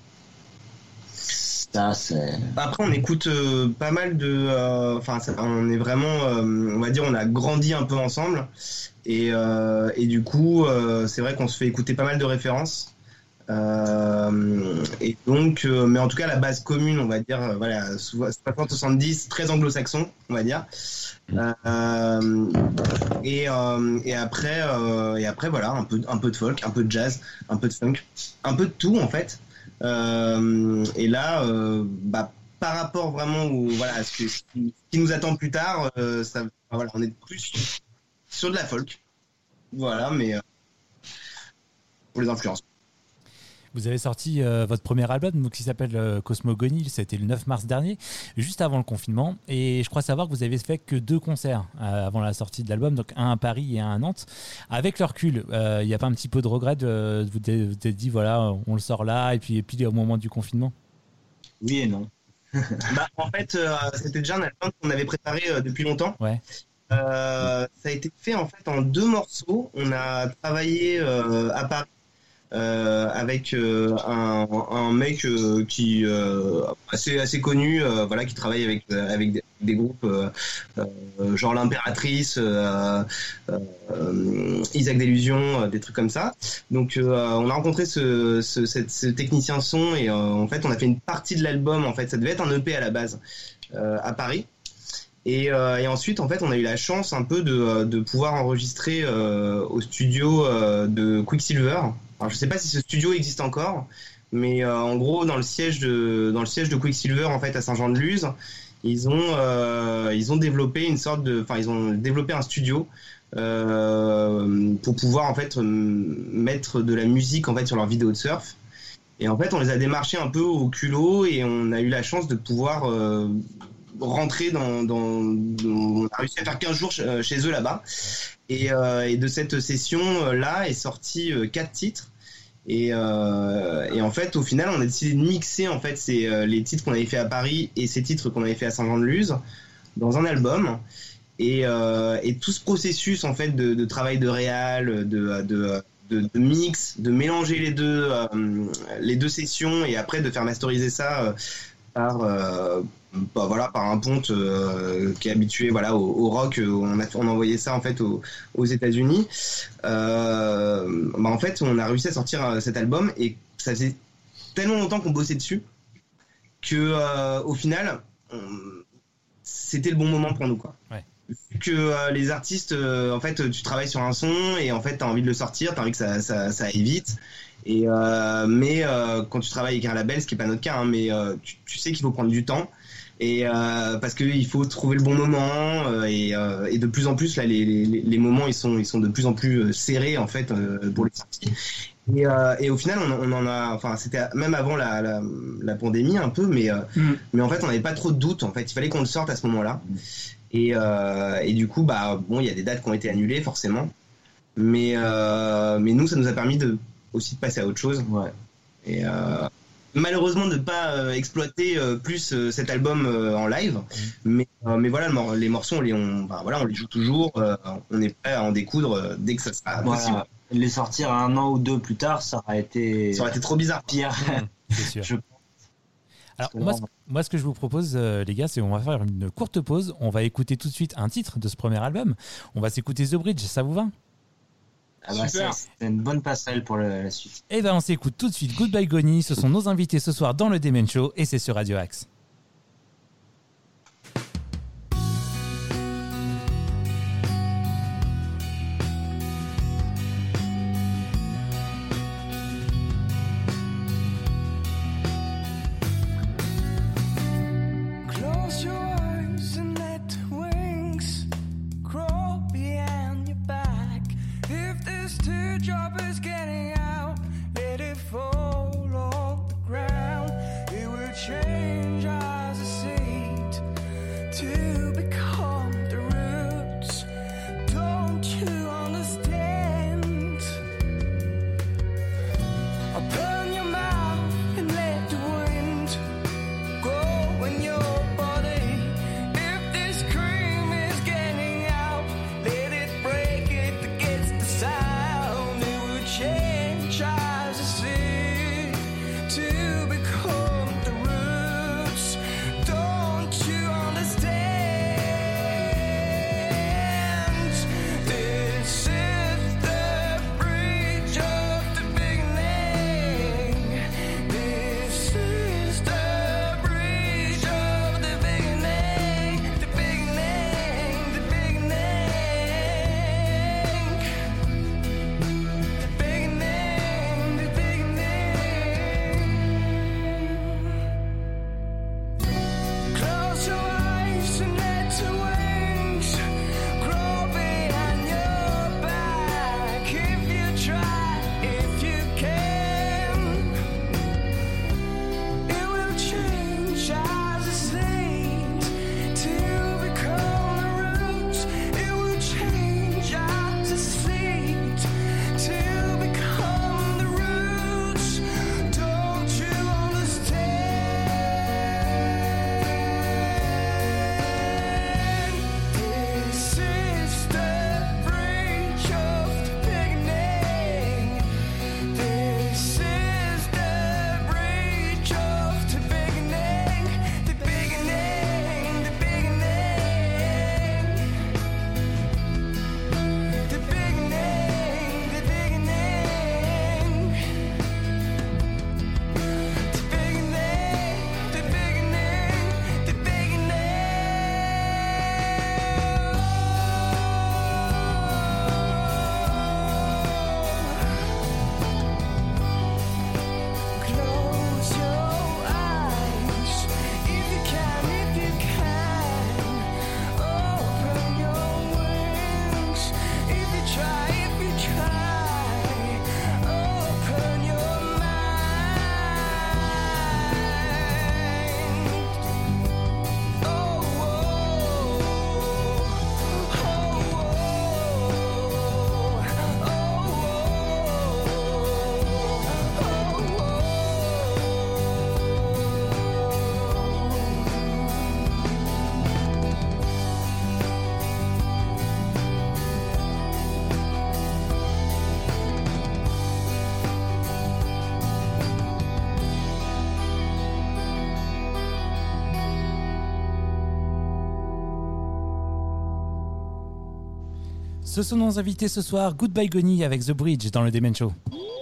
Ça, c'est... Après, on écoute euh, pas mal de. Enfin, euh, on est vraiment. Euh, on va dire, on a grandi un peu ensemble. Et, euh, et du coup, euh, c'est vrai qu'on se fait écouter pas mal de références. Euh, et donc, euh, mais en tout cas, la base commune, on va dire, euh, voilà, soixante soixante-dix, très anglo-saxon, on va dire. Euh, et, euh, et après, euh, et après, voilà, un peu, un peu de folk, un peu de jazz, un peu de funk, un peu de tout, en fait. Euh, et là, euh, bah, par rapport vraiment au, voilà, à ce, que, ce qui nous attend plus tard, euh, ça, voilà, on est plus sur de la folk. Voilà, mais euh, pour les influences. Vous avez sorti euh, votre premier album donc, qui s'appelle euh, Cosmogonie, c'était le neuf mars dernier, juste avant le confinement. Et je crois savoir que vous avez fait que deux concerts euh, avant la sortie de l'album, donc un à Paris et un à Nantes. Avec le recul, il euh, n'y a pas un petit peu de regret de vous vous êtes dit, voilà, on le sort là, et puis, et puis au moment du confinement? Oui et non. Bah, en fait, euh, c'était déjà un album qu'on avait préparé euh, depuis longtemps. Ouais. Euh, ça a été fait en fait en deux morceaux. On a travaillé euh, à Paris. Euh, avec euh, un, un mec euh, qui euh, assez assez connu, euh, voilà, qui travaille avec avec des, des groupes euh, euh, genre l'Impératrice, euh, euh, Isaac Delusion, euh, des trucs comme ça. Donc euh, on a rencontré ce ce, cette, ce technicien son et euh, en fait on a fait une partie de l'album. En fait, ça devait être un E P à la base euh, à Paris. Et, euh, et ensuite, en fait, on a eu la chance un peu de, de pouvoir enregistrer euh, au studio euh, de Quicksilver. Alors, je sais pas si ce studio existe encore, mais euh, en gros, dans le siège de dans le siège de Quicksilver, en fait, à Saint-Jean-de-Luz, ils ont euh, ils ont développé une sorte de, enfin, ils ont développé un studio euh, pour pouvoir en fait mettre de la musique en fait sur leurs vidéos de surf. Et en fait, on les a démarchés un peu au culot et on a eu la chance de pouvoir euh, rentrer dans, dans, dans, on a réussi à faire quinze jours chez eux là-bas et, euh, et de cette session là est sorti euh, quatre titres et, euh, et en fait au final on a décidé de mixer en fait ces, euh, les titres qu'on avait fait à Paris et ces titres qu'on avait fait à Saint-Jean-de-Luz dans un album et, euh, et tout ce processus en fait de, de travail de réal, de, de De, de mix, de mélanger les deux, euh, les deux sessions et après de faire masteriser ça euh, par, euh, bah, voilà, par un ponte euh, qui est habitué voilà, au, au rock. On a, on a envoyé ça en fait aux, aux États-Unis. Euh, bah, en fait, on a réussi à sortir cet album et ça faisait tellement longtemps qu'on bossait dessus que euh, au final, on, c'était le bon moment pour nous, quoi. Ouais. Vu que euh, les artistes, euh, en fait, tu travailles sur un son et en fait, t'as envie de le sortir, t'as envie que ça, ça, ça aille vite. Et euh, mais euh, quand tu travailles avec un label, ce qui est pas notre cas, hein, mais euh, tu, tu sais qu'il faut prendre du temps et euh, parce que il faut trouver le bon moment euh, et, euh, et de plus en plus là, les, les, les moments ils sont ils sont de plus en plus serrés en fait euh, pour les sorties. Et, euh, et au final, on, on en a, enfin, c'était même avant la, la, la pandémie un peu, mais euh, mm. mais en fait, on n'avait pas trop de doutes. En fait, il fallait qu'on le sorte à ce moment-là. Mm. Et, euh, et du coup, bah bon, il y a des dates qui ont été annulées forcément, mais euh, mais nous, ça nous a permis de aussi de passer à autre chose. Ouais. Et euh, malheureusement de pas euh, exploiter euh, plus euh, cet album euh, en live, mmh. mais euh, mais voilà, le, les morceaux on les on, bah, voilà, on les joue toujours. Euh, on est prêt à en découdre euh, dès que ça sera voilà. possible. Les sortir un an ou deux plus tard, ça aurait été ça aurait été trop bizarre. Pire. C'est sûr. Je... Alors moi ce, moi ce que je vous propose euh, les gars, c'est on va faire une courte pause. On va écouter tout de suite un titre de ce premier album. On va s'écouter The Bridge. Ça vous va? Ah bah c'est une bonne passerelle pour le, la suite. Et ben on s'écoute tout de suite Goodbye Goni. Ce sont nos invités ce soir dans le Demen Show et c'est sur Radio Axe. Job is getting out, let it fall off the ground. It will change. Ce sont nos invités ce soir, Goodbye Goni avec The Bridge dans le Demen Show.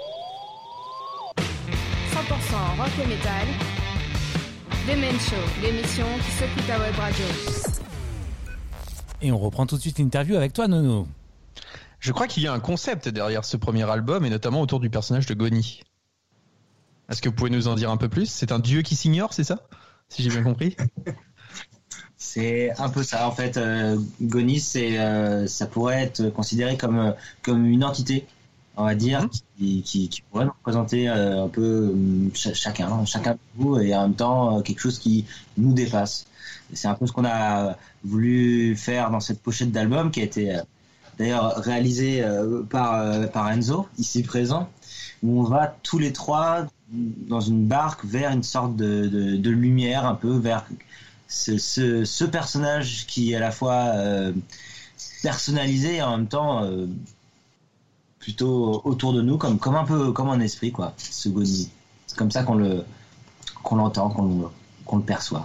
cent pour cent rock et métal. Demen Show, l'émission qui secoue ta web radio. Et on reprend tout de suite l'interview avec toi, Nono. Je crois qu'il y a un concept derrière ce premier album, et notamment autour du personnage de Goni. Est-ce que vous pouvez nous en dire un peu plus ? C'est un dieu qui s'ignore, c'est ça ? Si j'ai bien compris. C'est un peu ça, en fait. Euh, Goni, c'est, euh, ça pourrait être considéré comme, comme une entité, on va dire, mmh. qui, qui, qui pourrait nous représenter euh, un peu euh, ch- chacun, chacun de vous, et en même temps euh, quelque chose qui nous dépasse. Et c'est un peu ce qu'on a voulu faire dans cette pochette d'album, qui a été euh, d'ailleurs réalisée euh, par, euh, par Enzo, ici présent, où on va tous les trois dans une barque vers une sorte de, de, de lumière, un peu vers ce, ce, ce personnage qui est à la fois euh, personnalisé et en même temps euh, plutôt autour de nous, comme, comme un peu comme un esprit, quoi, ce Goni. C'est comme ça qu'on le qu'on l'entend, qu'on le, qu'on le perçoit.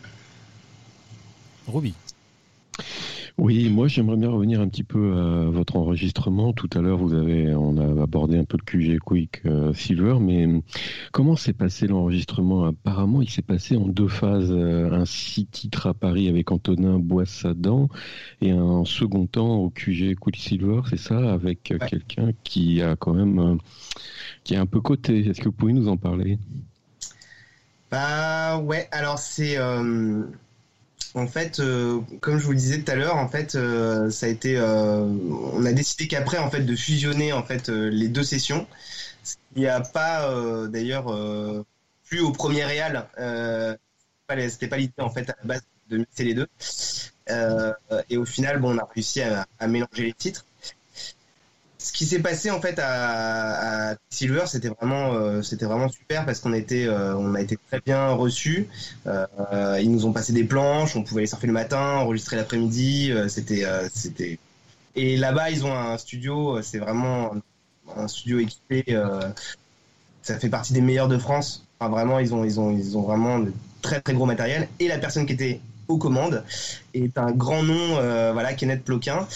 Ruby. Oui, moi j'aimerais bien revenir un petit peu à votre enregistrement. Tout à l'heure, vous avez, on a abordé un peu le Q G Quick euh, Silver, mais comment s'est passé l'enregistrement ? Apparemment, il s'est passé en deux phases. Un six titres à Paris avec Antonin Boissadan et un second temps au Q G Quick Silver, c'est ça, avec ouais. quelqu'un qui a quand même, euh, qui est un peu coté. Est-ce que vous pouvez nous en parler ? Bah ouais, alors c'est... Euh... En fait, euh, comme je vous le disais tout à l'heure, en fait, euh, ça a été, euh, on a décidé qu'après, en fait, de fusionner en fait euh, les deux sessions. Il n'y a pas, euh, d'ailleurs, euh, plus au premier réal. Euh, c'était pas l'idée en fait à la base de mixer les deux. Euh, et au final, bon, on a réussi à, à mélanger les titres. Ce qui s'est passé en fait à, à Silver, c'était vraiment, euh, c'était vraiment super parce qu'on était, euh, on a été très bien reçus. Euh, ils nous ont passé des planches, on pouvait aller surfer le matin, enregistrer l'après-midi. Euh, c'était, euh, c'était. Et là-bas, ils ont un studio. C'est vraiment un studio équipé. Euh, ça fait partie des meilleurs de France. Enfin, vraiment, ils ont, ils ont, ils ont vraiment de très très gros matériel. Et la personne qui était aux commandes est un grand nom, euh, voilà, Kenneth Ploquin,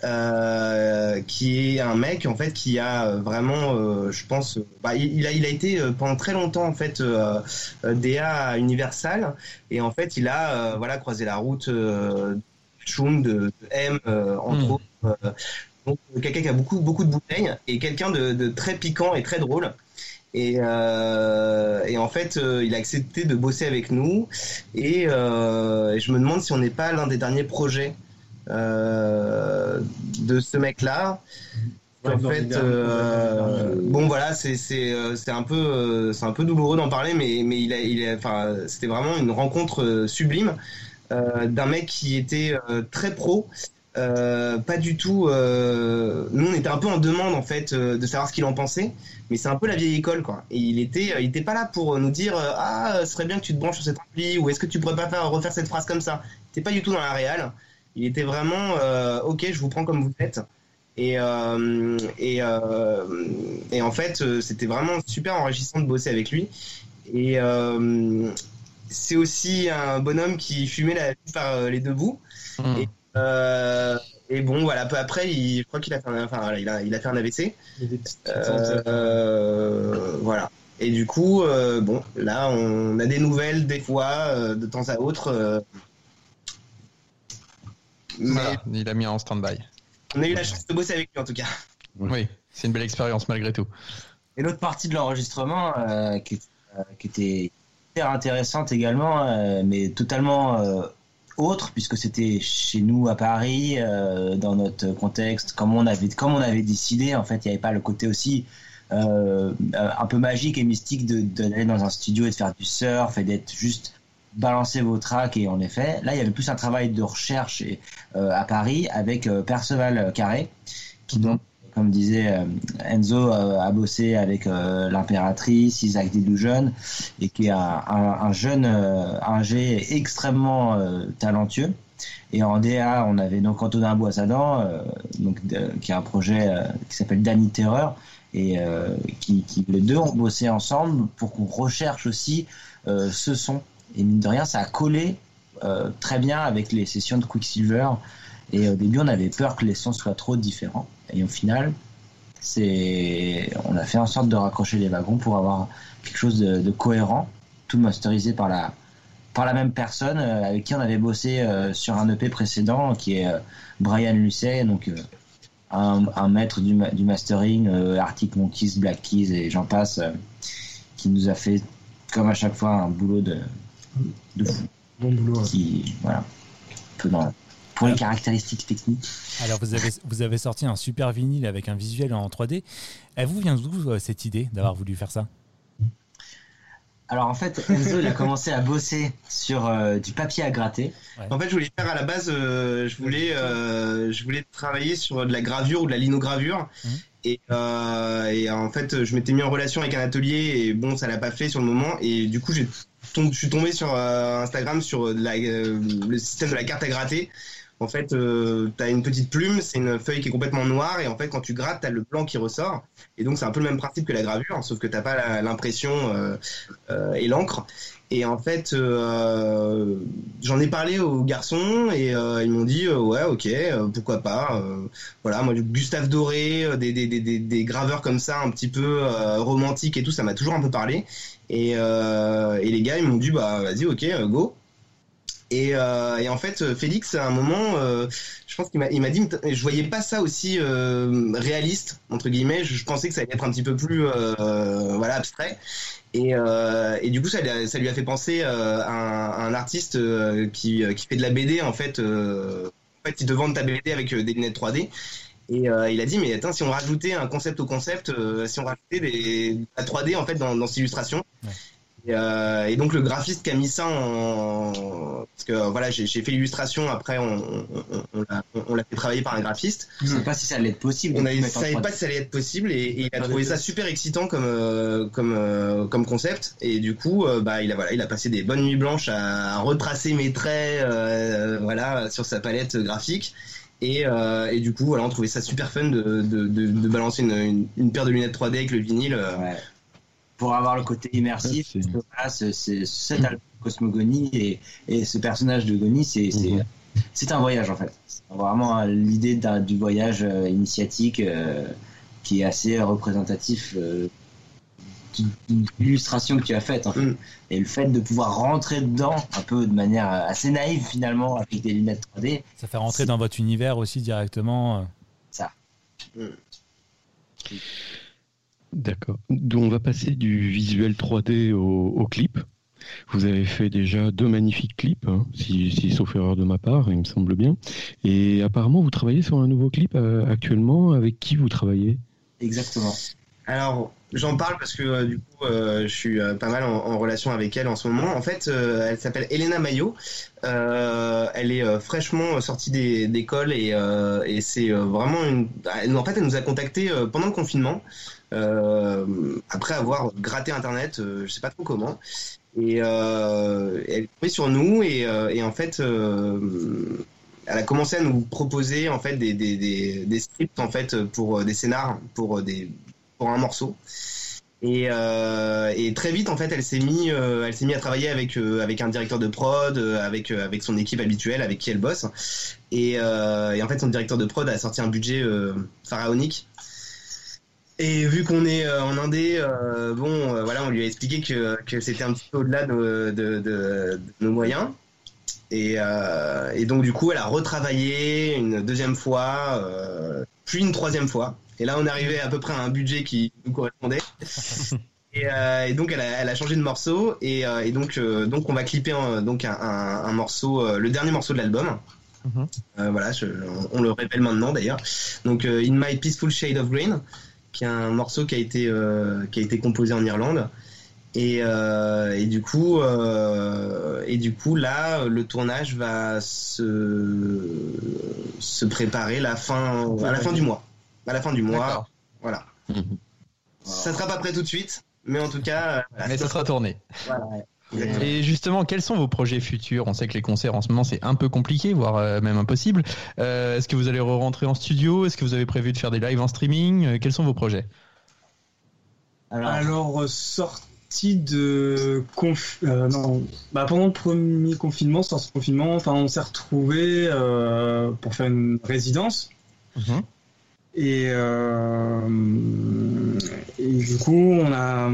euh, qui est un mec en fait qui a vraiment, euh, je pense, bah, il a il a été euh, pendant très longtemps en fait euh, D A à Universal et en fait il a euh, voilà croisé la route euh, de Schum, de, de M euh, entre mmh. autres, euh, donc quelqu'un qui a beaucoup beaucoup de bouteilles et quelqu'un de, de très piquant et très drôle. Et, euh, et en fait, euh, il a accepté de bosser avec nous. Et, euh, et je me demande si on n'est pas l'un des derniers projets euh, de ce mec-là. Ouais, en fait, euh, bon voilà, c'est c'est c'est un peu c'est un peu douloureux d'en parler, mais mais il a il a enfin c'était vraiment une rencontre sublime euh, d'un mec qui était euh, très pro. Euh, pas du tout. Euh... Nous, on était un peu en demande en fait euh, de savoir ce qu'il en pensait, mais c'est un peu la vieille école, quoi. Et il était, il était pas là pour nous dire euh, ah, ce serait bien que tu te branches sur cet ampli ou est-ce que tu pourrais pas faire refaire cette phrase comme ça. Il était pas du tout dans la réal. Il était vraiment euh, ok, je vous prends comme vous êtes. Et euh, et euh, et en fait, euh, c'était vraiment super enrichissant de bosser avec lui. Et euh, c'est aussi un bonhomme qui fumait la vie par euh, les deux bouts. Mmh. Et, Euh, et bon, voilà, peu après, il, je crois qu'il a fait un, enfin, voilà, il a, il a fait un A V C. Euh, euh, voilà. Et du coup, euh, bon, là, on a des nouvelles des fois, euh, de temps à autre. Euh, mais voilà, il a mis en stand-by. On a eu la chance de bosser avec lui, en tout cas. Oui, c'est une belle expérience malgré tout. Et l'autre partie de l'enregistrement, euh, qui, euh, qui était hyper intéressante également, euh, mais totalement euh, autre, puisque c'était chez nous à Paris, euh, dans notre contexte, comme on avait, comme on avait décidé, en fait, il n'y avait pas le côté aussi euh, un peu magique et mystique de, d'aller dans un studio et de faire du surf et d'être juste balancer vos tracks, et en effet, là, il y avait plus un travail de recherche et, euh, à Paris avec euh, Perceval Carré, qui donc, comme disait euh, Enzo, euh, a bossé avec euh, l'Impératrice, Isaac Delusion, et qui est un, un, un jeune euh, ingé extrêmement euh, talentueux. Et en D A, on avait donc Antonin Boissadan, euh, donc de, qui a un projet euh, qui s'appelle Danny Terreur, et euh, qui, qui les deux ont bossé ensemble pour qu'on recherche aussi euh, ce son. Et mine de rien, ça a collé euh, très bien avec les sessions de Quicksilver. Et au début, on avait peur que les sons soient trop différents. Et au final, c'est, on a fait en sorte de raccrocher les wagons pour avoir quelque chose de, de cohérent, tout masterisé par la, par la même personne euh, avec qui on avait bossé euh, sur un E P précédent, qui est euh, Brian Lucet, donc euh, un, un maître du, du mastering, euh, Arctic Monkeys, Black Keys et j'en passe, euh, qui nous a fait, comme à chaque fois, un boulot de, de fou. Bon boulot. Qui, voilà, un peu dans, pour les caractéristiques techniques. Alors, vous avez, vous avez sorti un super vinyle avec un visuel en trois D. Elle vous vient d'où euh, cette idée d'avoir voulu faire ça? Alors en fait, Enzo il a commencé à bosser sur euh, du papier à gratter. Ouais. En fait, je voulais faire à la base, euh, je voulais, euh, je voulais travailler sur de la gravure ou de la linogravure. Mmh. Et, euh, et en fait, je m'étais mis en relation avec un atelier et bon, ça l'a pas fait sur le moment. Et du coup, j'ai tom- je suis tombé sur euh, Instagram sur la, euh, le système de la carte à gratter. En fait, euh, t'as une petite plume, c'est une feuille qui est complètement noire, et en fait, quand tu grattes, t'as le blanc qui ressort. Et donc, c'est un peu le même principe que la gravure, sauf que t'as pas la, l'impression euh, euh, et l'encre. Et en fait, euh, j'en ai parlé aux garçons, et euh, ils m'ont dit, euh, ouais, ok, euh, pourquoi pas. Euh, voilà, moi, Gustave Doré, euh, des, des, des, des, des graveurs comme ça, un petit peu euh, romantiques et tout, ça m'a toujours un peu parlé. Et, euh, et les gars, ils m'ont dit, bah, vas-y, ok, go. Et, euh, et en fait, Félix, à un moment, euh, je pense qu'il m'a, il m'a dit, je voyais pas ça aussi euh, réaliste entre guillemets. Je, je pensais que ça allait être un petit peu plus, euh, voilà, abstrait. Et, euh, et du coup, ça, ça lui a fait penser euh, à, un, à un artiste euh, qui, qui fait de la B D en fait. Euh, en fait, il te vend ta B D avec des lunettes trois D. Et euh, il a dit, mais attends, si on rajoutait un concept au concept, euh, si on rajoutait des, la trois D en fait dans, dans cette illustration. Ouais. Et, euh, et donc le graphiste qui a mis ça en, parce que voilà, j'ai, j'ai fait l'illustration, après on, on, on, l'a, on l'a fait travailler par un graphiste. Je sais pas si ça allait être possible. On ne savait pas si ça allait être possible, et, et il a trouvé ça super excitant comme euh, comme euh, comme concept. Et du coup, euh, bah il a voilà, il a passé des bonnes nuits blanches à, à retracer mes traits, euh, voilà, sur sa palette graphique. Et, euh, et du coup, voilà, on trouvait ça super fun de de, de, de balancer une, une, une paire de lunettes trois D avec le vinyle. Ouais. Pour avoir le côté immersif, c'est... Parce que, voilà, c'est, c'est, cet album Cosmogonie et, et ce personnage de Goni, c'est, c'est, mmh. c'est un voyage en fait. C'est vraiment l'idée d'un, du voyage euh, initiatique euh, qui est assez représentatif euh, d'une illustration que tu as faite en fait. Mmh. Et le fait de pouvoir rentrer dedans un peu de manière assez naïve finalement avec des lunettes trois D. Ça fait rentrer c'est... dans votre univers aussi directement. Ça. Mmh. D'accord. Donc on va passer du visuel trois D au, au clip. Vous avez fait déjà deux magnifiques clips, hein, si, si sauf erreur de ma part, il me semble bien. Et apparemment, vous travaillez sur un nouveau clip euh, actuellement. Avec qui vous travaillez ? Exactement. Alors, j'en parle parce que euh, du coup, euh, je suis euh, pas mal en, en relation avec elle en ce moment. En fait, euh, elle s'appelle Elena Maillot. Euh, elle est euh, fraîchement sortie des, d'école et, euh, et c'est euh, vraiment une. En fait, elle nous a contactés euh, pendant le confinement. Euh, après avoir gratté internet, euh, je sais pas trop comment, et euh, elle est tombée sur nous et, euh, et en fait euh, elle a commencé à nous proposer en fait des, des, des, des scripts en fait pour des scénars pour des pour un morceau et, euh, et très vite en fait elle s'est mis euh, elle s'est mis à travailler avec euh, avec un directeur de prod, euh, avec euh, avec son équipe habituelle avec qui elle bosse et, euh, et en fait son directeur de prod a sorti un budget euh, pharaonique. Et vu qu'on est euh, en indé, euh, bon, euh, voilà, on lui a expliqué que, que c'était un petit peu au-delà de, de, de, de nos moyens. Et, euh, et donc, du coup, elle a retravaillé une deuxième fois, euh, puis une troisième fois. Et là, on est arrivé à peu près à un budget qui nous correspondait. Et, euh, et donc, elle a, elle a changé de morceau. Et, euh, et donc, euh, donc, on va clipper un, donc un, un, un morceau, euh, le dernier morceau de l'album. Mm-hmm. Euh, voilà, je, on, on le rappelle maintenant d'ailleurs. Donc, euh, In My Peaceful Shade of Green, qui est un morceau qui a été euh, qui a été composé en Irlande et euh, et du coup euh, et du coup là le tournage va se se préparer la fin à la fin du mois à la fin du mois. D'accord. Voilà. Mmh. Ça sera pas prêt tout de suite, mais en tout cas voilà, mais ça sera tourné. Voilà. Exactement. Et justement, quels sont vos projets futurs ? On sait que les concerts en ce moment c'est un peu compliqué, voire euh, même impossible. Euh, est-ce que vous allez re-rentrer en studio ? Est-ce que vous avez prévu de faire des lives en streaming ? euh, Quels sont vos projets ? Alors, Alors sort... sortie de conf... euh, non, bah pendant le premier confinement, sortie de confinement, enfin on s'est retrouvés euh, pour faire une résidence. Mmh. Et, euh, et du coup, on a,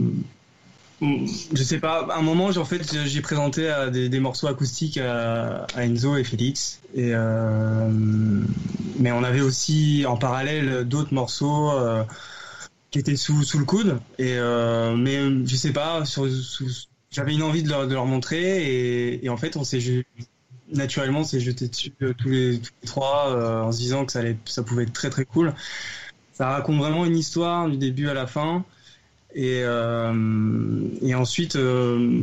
je sais pas, à un moment, j'ai en fait, j'ai présenté à des, des morceaux acoustiques à, à Enzo et Félix. Et euh, mais on avait aussi en parallèle d'autres morceaux. Euh, qui était sous sous le coude et euh, mais je sais pas sur, sous, j'avais une envie de leur, de leur montrer et, et en fait on s'est ju- naturellement on s'est jeté dessus euh, tous les tous les trois euh, en se disant que ça allait ça pouvait être très très cool. Ça raconte vraiment une histoire du début à la fin et euh, et ensuite euh,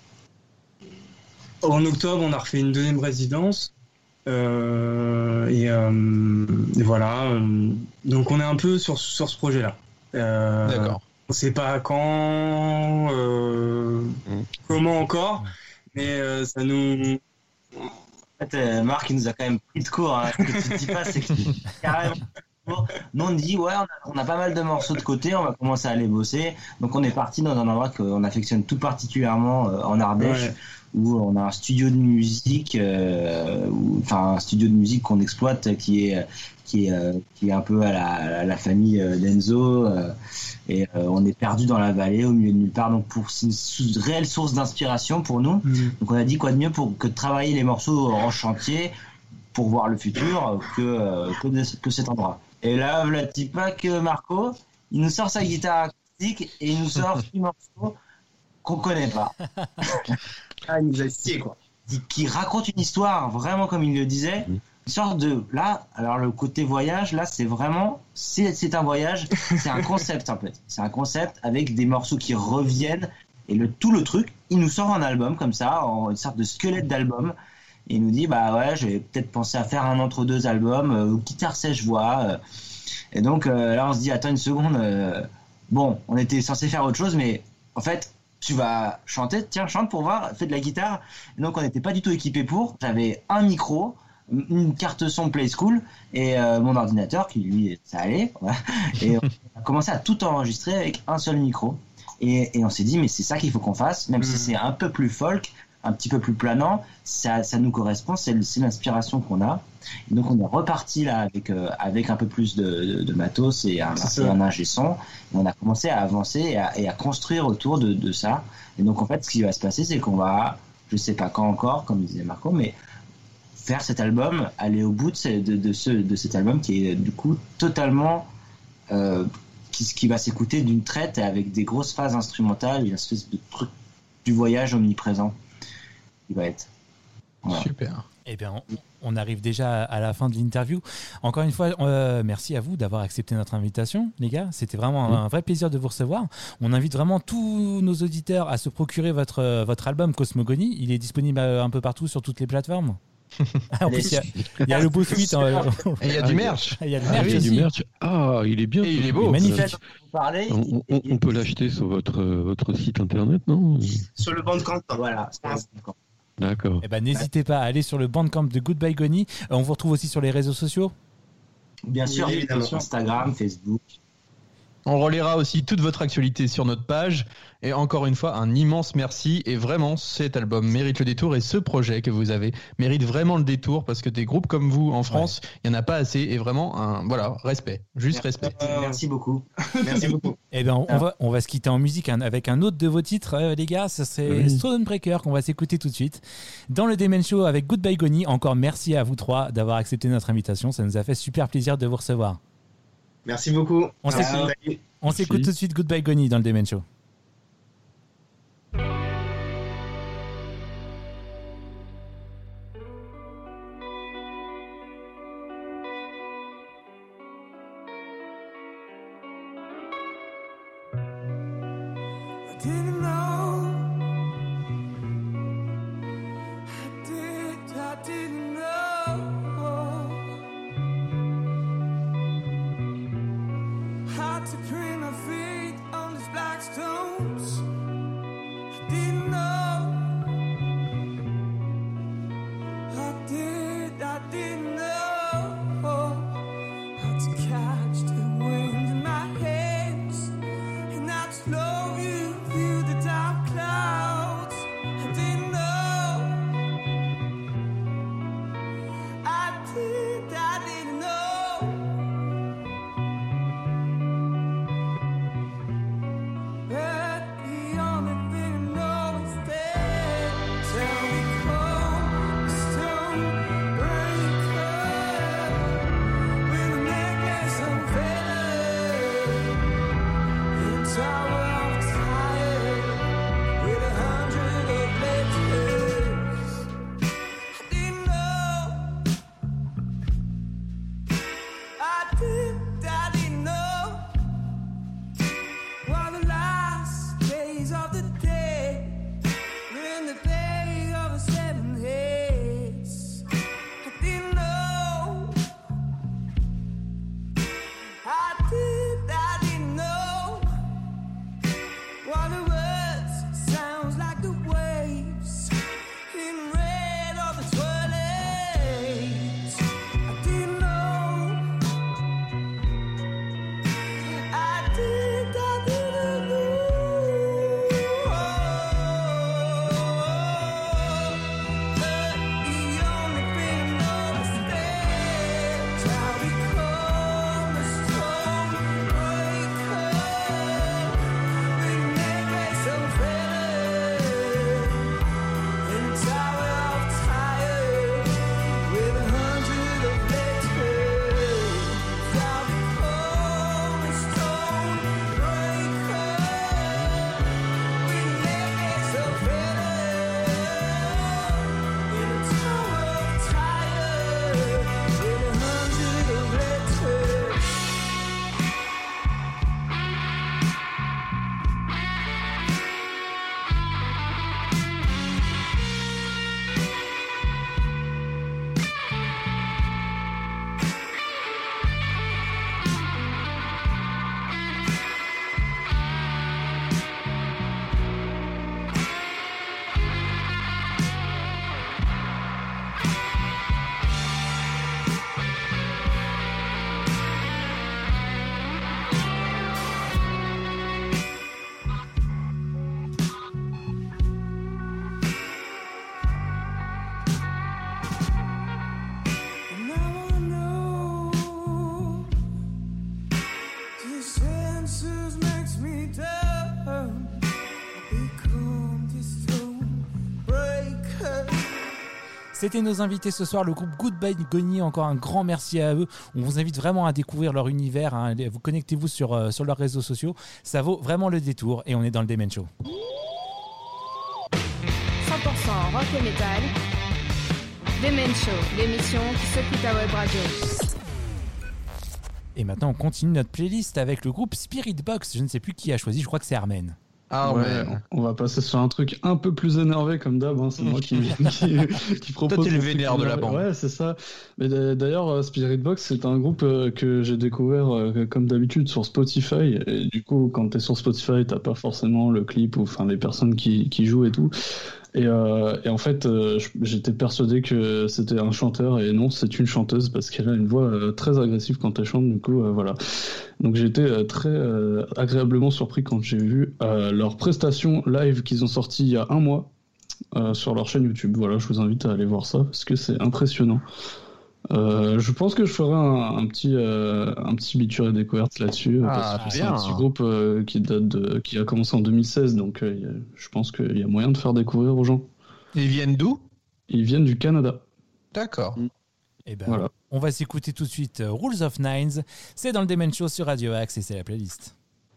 en octobre on a refait une deuxième résidence euh, et, euh, et voilà donc on est un peu sur sur ce projet là. Euh, D'accord. On sait pas quand, euh, mmh. comment encore, mais euh, ça nous. En fait, euh, Marc, il nous a quand même pris de court. Hein. Ce que tu te dis pas, c'est que carrément. Nous, on dit, ouais, on a, on a pas mal de morceaux de côté, on va commencer à aller bosser. Donc, on est parti dans un endroit qu'on affectionne tout particulièrement euh, en Ardèche, ouais. où on a un studio de musique, euh, où, enfin, un studio de musique qu'on exploite qui est. Qui est, euh, qui est un peu à la, à la famille euh, d'Enzo euh, et euh, on est perdu dans la vallée au milieu de nulle part donc pour c'est une, une réelle source d'inspiration pour nous. Mmh. Donc on a dit quoi de mieux pour que de travailler les morceaux en chantier pour voir le futur que euh, que, de, que cet endroit. Et là le petit pack Marco il nous sort sa guitare acoustique et il nous sort six morceaux qu'on connaît pas. Ah, il nous a scié quoi. Qui, qui raconte une histoire vraiment comme il le disait. Mmh. Une sorte de là alors le côté voyage là c'est vraiment c'est c'est un voyage c'est un concept en fait c'est un concept avec des morceaux qui reviennent et le tout le truc il nous sort un album comme ça en une sorte de squelette d'album et il nous dit bah ouais je vais peut-être penser à faire un entre deux albums euh, guitare sèche voix euh, et donc euh, là on se dit attends une seconde euh, bon on était censé faire autre chose mais en fait tu vas chanter tiens chante pour voir fais de la guitare et donc on n'était pas du tout équipé pour j'avais un micro une carte son Play School et euh, mon ordinateur qui lui ça allait voilà. Et on a commencé à tout enregistrer avec un seul micro et, et on s'est dit mais c'est ça qu'il faut qu'on fasse même mmh. si c'est un peu plus folk un petit peu plus planant ça, ça nous correspond c'est, c'est l'inspiration qu'on a et donc on est reparti là avec, euh, avec un peu plus de, de, de matos et un, et un ingé son et on a commencé à avancer et à, et à construire autour de, de ça et donc en fait ce qui va se passer c'est qu'on va je sais pas quand encore comme disait Marco mais faire cet album, aller au bout de, ce, de, de, ce, de cet album qui est du coup totalement euh, qui, qui va s'écouter d'une traite avec des grosses phases instrumentales, une espèce de truc du voyage omniprésent qui va être. Voilà. Super. Eh bien, on, on arrive déjà à la fin de l'interview. Encore une fois, euh, merci à vous d'avoir accepté notre invitation, les gars. C'était vraiment mmh. un vrai plaisir de vous recevoir. On invite vraiment tous nos auditeurs à se procurer votre, votre album Cosmogonie. Il est disponible un peu partout sur toutes les plateformes. Ah, en plus, il y a, il y a le beau suite. Hein. Et il y a du merch. Il y a du merch. Ah, il y a du merch. Ah, il est bien. Et il est beau. Magnifique. On, on, on peut l'acheter sur votre, votre site internet, non? Sur le Bandcamp, voilà. D'accord. Eh ben, n'hésitez pas à aller sur le Bandcamp de Goodbye Goni. On vous retrouve aussi sur les réseaux sociaux. Bien sûr, oui, évidemment. Instagram, Facebook. On relaiera aussi toute votre actualité sur notre page. Et encore une fois, un immense merci. Et vraiment, cet album mérite le détour. Et ce projet que vous avez mérite vraiment le détour. Parce que des groupes comme vous en France, il ouais. n'y en a pas assez. Et vraiment, un, voilà, respect. Juste merci, respect. Euh, merci beaucoup. Merci beaucoup. Eh bien, on, on, va, on va se quitter en musique hein, avec un autre de vos titres, euh, les gars. Ce serait oui. Stonebreaker qu'on va s'écouter tout de suite. Dans le Demen Show avec Goodbye Goni. Encore merci à vous trois d'avoir accepté notre invitation. Ça nous a fait super plaisir de vous recevoir. Merci beaucoup. On s'écoute, on s'écoute tout de suite Goodbye Goni dans le Demen Show. Didn't know. I did, I didn't know. Had to print my feet on these black stones. I didn't know. I did, I didn't know. Had to catch the wind in my hands and not slow you. Feel C'était nos invités ce soir, le groupe Goodbye Goni. Encore un grand merci à eux. On vous invite vraiment à découvrir leur univers. Hein. Vous connectez-vous sur, euh, sur leurs réseaux sociaux. Ça vaut vraiment le détour et on est dans le Demen Show. cent pour cent rock et métal. Demen Show, l'émission qui secoue ta web radio. Et maintenant, on continue notre playlist avec le groupe Spirit Box. Je ne sais plus qui a choisi, je crois que c'est Armen. Ah ouais, on va passer sur un truc un peu plus énervé comme d'hab, hein. C'est moi qui, qui, qui propose. Toi, t'es le vénère de la bande. Ouais, c'est ça. Mais d'ailleurs, Spirit Box, c'est un groupe que j'ai découvert comme d'habitude sur Spotify. Et du coup, quand t'es sur Spotify, t'as pas forcément le clip ou enfin les personnes qui, qui jouent et tout. Et, euh, et en fait, euh, j'étais persuadé que c'était un chanteur et non, c'est une chanteuse parce qu'elle a une voix euh, très agressive quand elle chante. Du coup, euh, voilà. Donc j'ai été euh, très euh, agréablement surpris quand j'ai vu euh, leur prestation live qu'ils ont sorti il y a un mois euh, sur leur chaîne YouTube. Voilà, je vous invite à aller voir ça parce que c'est impressionnant. Euh, je pense que je ferai un, un petit euh, un petit biture et découverte là-dessus. Ah, parce que c'est un petit groupe euh, qui date de qui a commencé en deux mille seize, donc euh, y a, je pense qu'il y a moyen de faire découvrir aux gens. Ils viennent d'où ? Ils viennent du Canada. D'accord. Et ben, voilà. On va s'écouter tout de suite uh, Rules of Nines. C'est dans le Demen Show sur Radio Axe et c'est la playlist.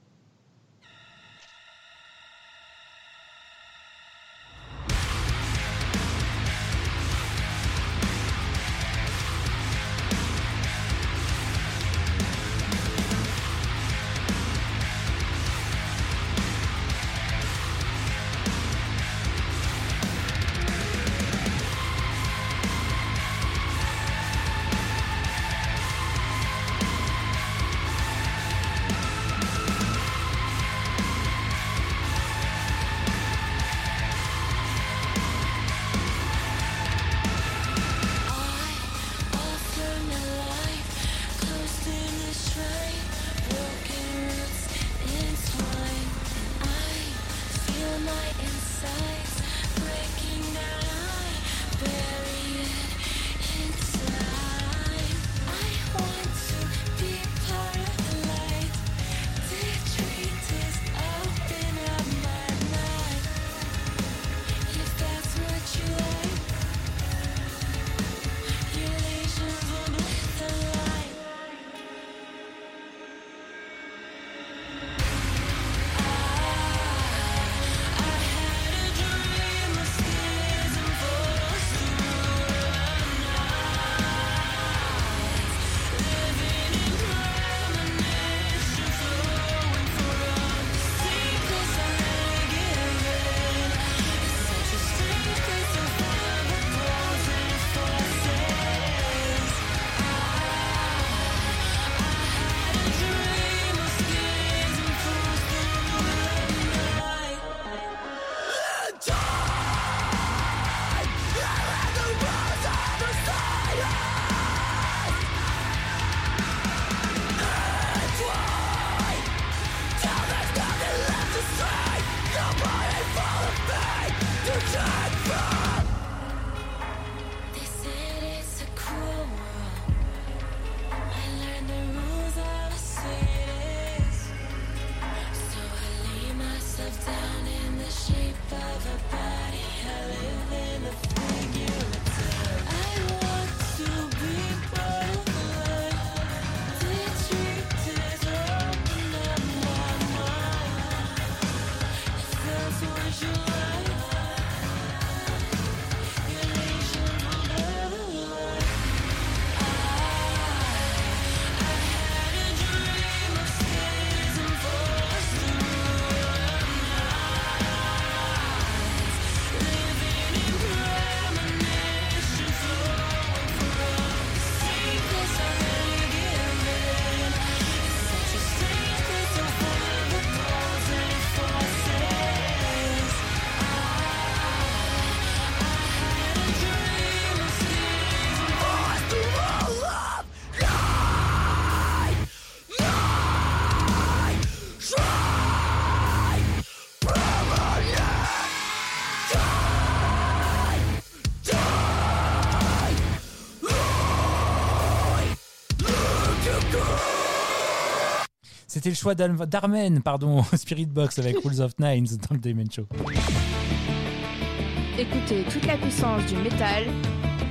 C'était le choix d'Armen, pardon, Spirit Box avec Rules of Nines dans le Demen Show. Écoutez toute la puissance du métal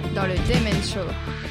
dans le Demen Show.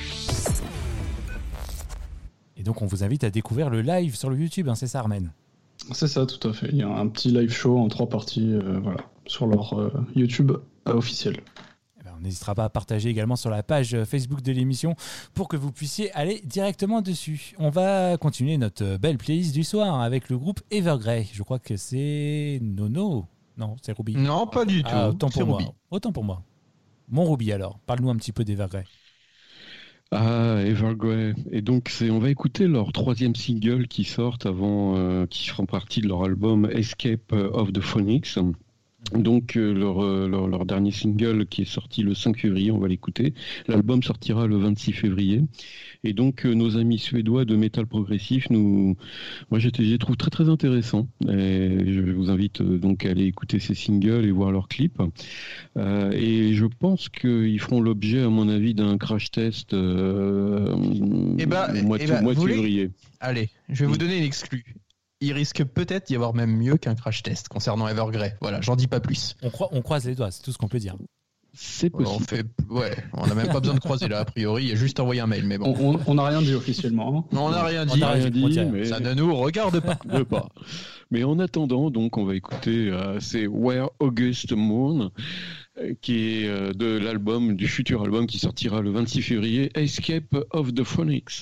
Et donc on vous invite à découvrir le live sur le YouTube, hein, c'est ça Armen? C'est ça, tout à fait. Il y a un petit live show en trois parties euh, voilà, sur leur euh, YouTube euh, officiel. Eh ben, on n'hésitera pas à partager également sur la page Facebook de l'émission pour que vous puissiez aller directement dessus. On va continuer notre belle playlist du soir avec le groupe Evergrey. Je crois que c'est Nono. Non, c'est Ruby. Non, pas du tout. Ah, autant pour c'est moi. Ruby. Autant pour moi. Mon Ruby alors, parle-nous un petit peu d'Evergrey. Ah, Evergrey. Et donc, c'est, on va écouter leur troisième single qui sort avant, euh, qui feront partie de leur album Escape of the Phonics. Donc, euh, leur, euh, leur, leur dernier single qui est sorti le cinq février, on va l'écouter. L'album sortira le vingt-six février. Et donc, euh, nos amis suédois de métal progressif, nous, moi, je les trouve très très intéressants. Et je vous invite euh, donc à aller écouter ces singles et voir leurs clips. Euh, et je pense qu'ils feront l'objet, à mon avis, d'un crash test euh, Eh ben, au mois de, eh ben, mois de vous voulez- février. Allez, je vais vous donner une exclue. Il risque peut-être d'y avoir même mieux qu'un crash test concernant Evergrey. Voilà, j'en dis pas plus. On, croi- on croise les doigts, c'est tout ce qu'on peut dire. C'est Ouais, on fait, ouais, on n'a même pas besoin de croiser là, a priori. Il y a juste envoyé un mail, mais bon. On on- on n'a rien dit officiellement. hein. On n'a rien On dit. n'a rien dit, On tient. mais- Ça ne nous regarde pas. Ne pas. Mais en attendant, donc, on va écouter, euh, c'est Where August Moon, euh, qui est euh, de l'album, du futur album qui sortira le vingt-six février, Escape of the Phonics.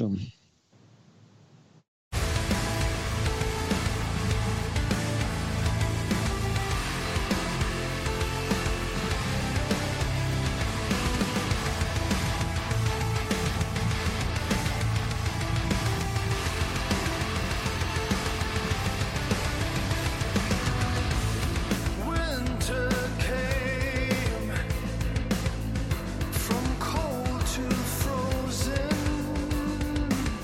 Winter came from cold to frozen.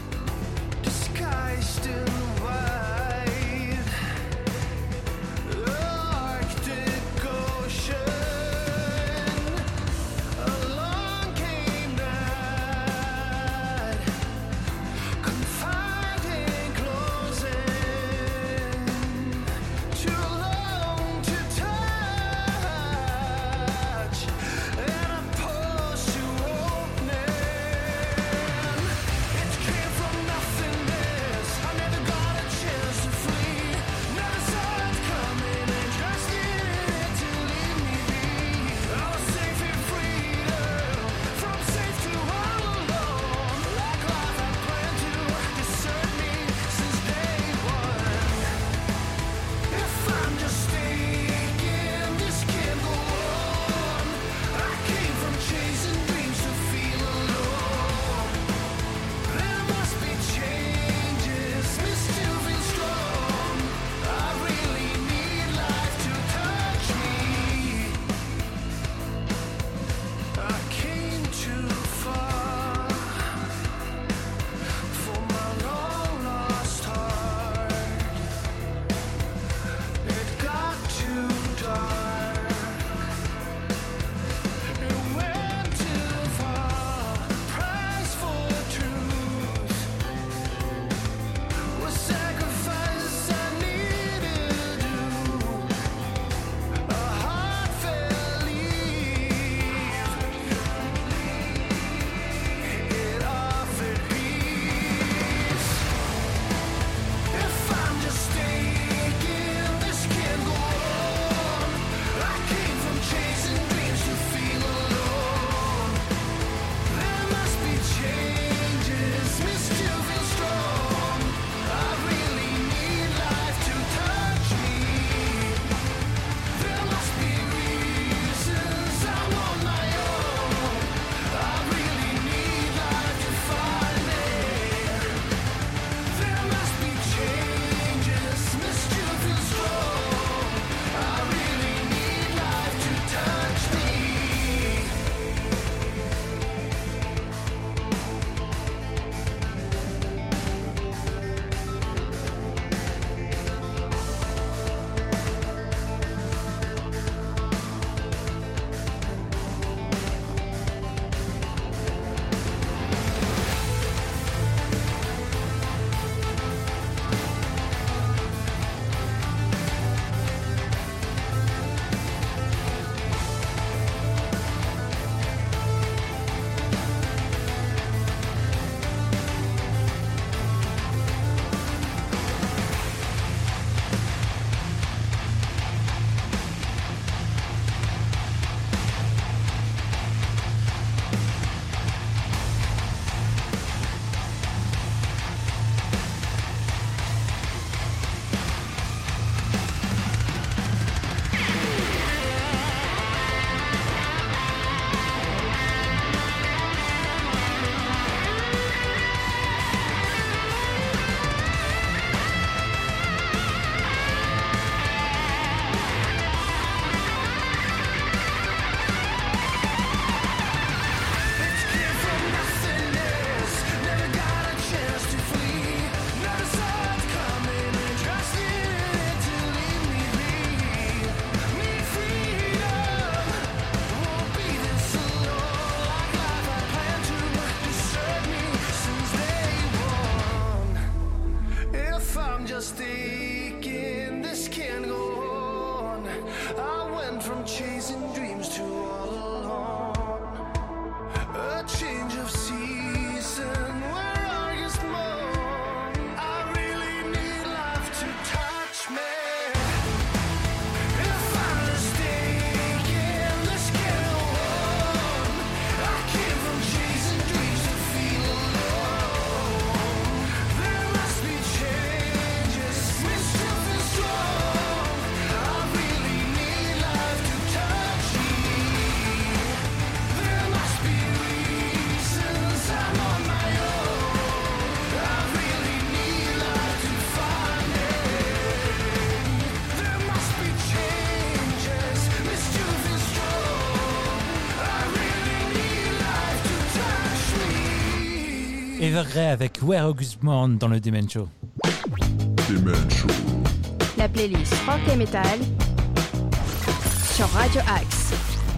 Evergrey avec Where August Morn dans le Demen Show. Demen Show. La playlist rock et metal sur Radio Axe.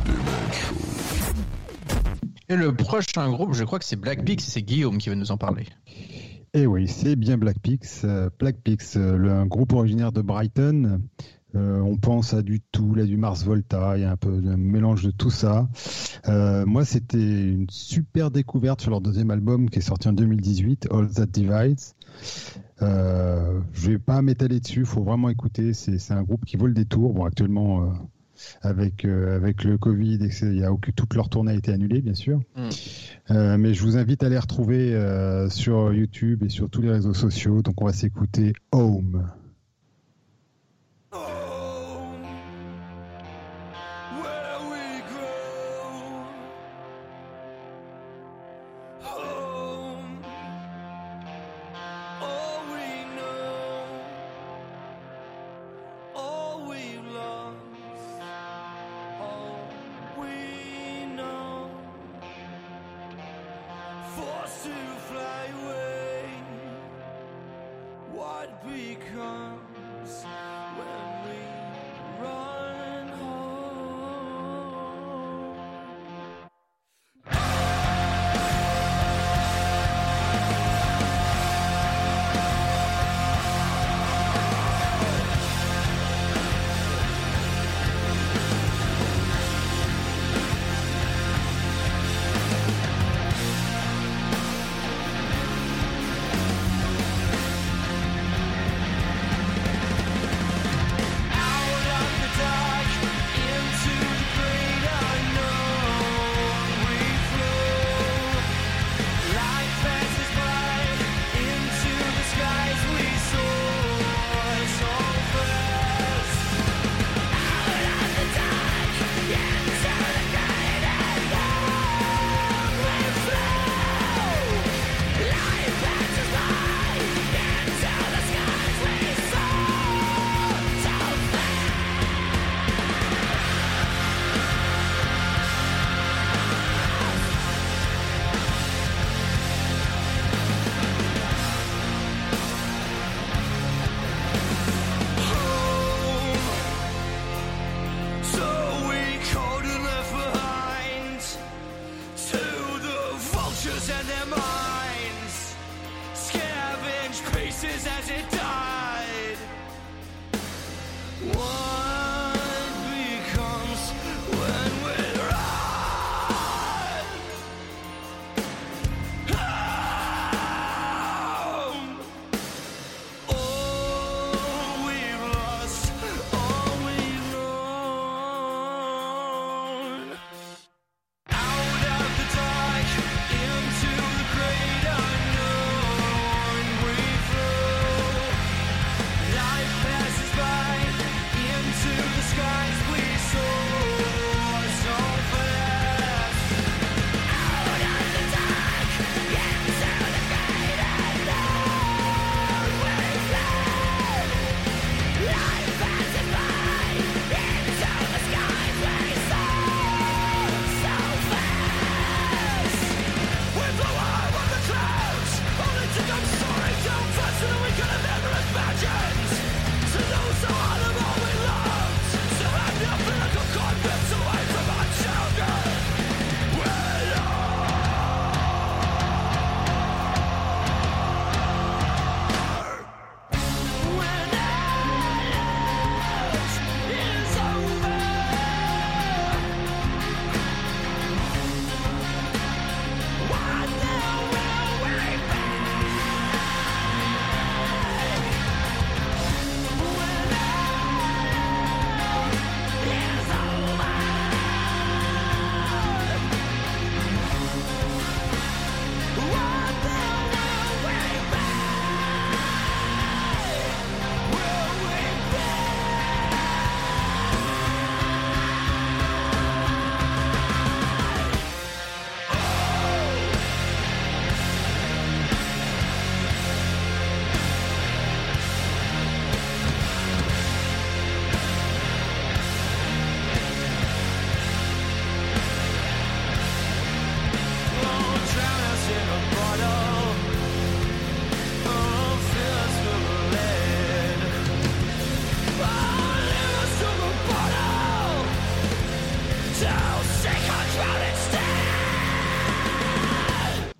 Et le prochain groupe, je crois que c'est Black Peaks, et c'est Guillaume qui va nous en parler. Et oui, c'est bien Black Peaks. Euh, Black Peaks, euh, le, un groupe originaire de Brighton. Euh, on pense à du Tool, à du Mars Volta, il y a un peu un mélange de tout ça. Euh, moi, c'était une super découverte sur leur deuxième album qui est sorti en deux mille dix-huit, All That Divides. Euh, je vais pas m'étaler dessus, il faut vraiment écouter. C'est, c'est un groupe qui vaut le détour. Bon, actuellement, euh, avec euh, avec le Covid, il y a aucune, toute leur tournée a été annulée, bien sûr. Mm. Euh, mais je vous invite à les retrouver euh, sur YouTube et sur tous les réseaux sociaux. Donc, on va s'écouter Home.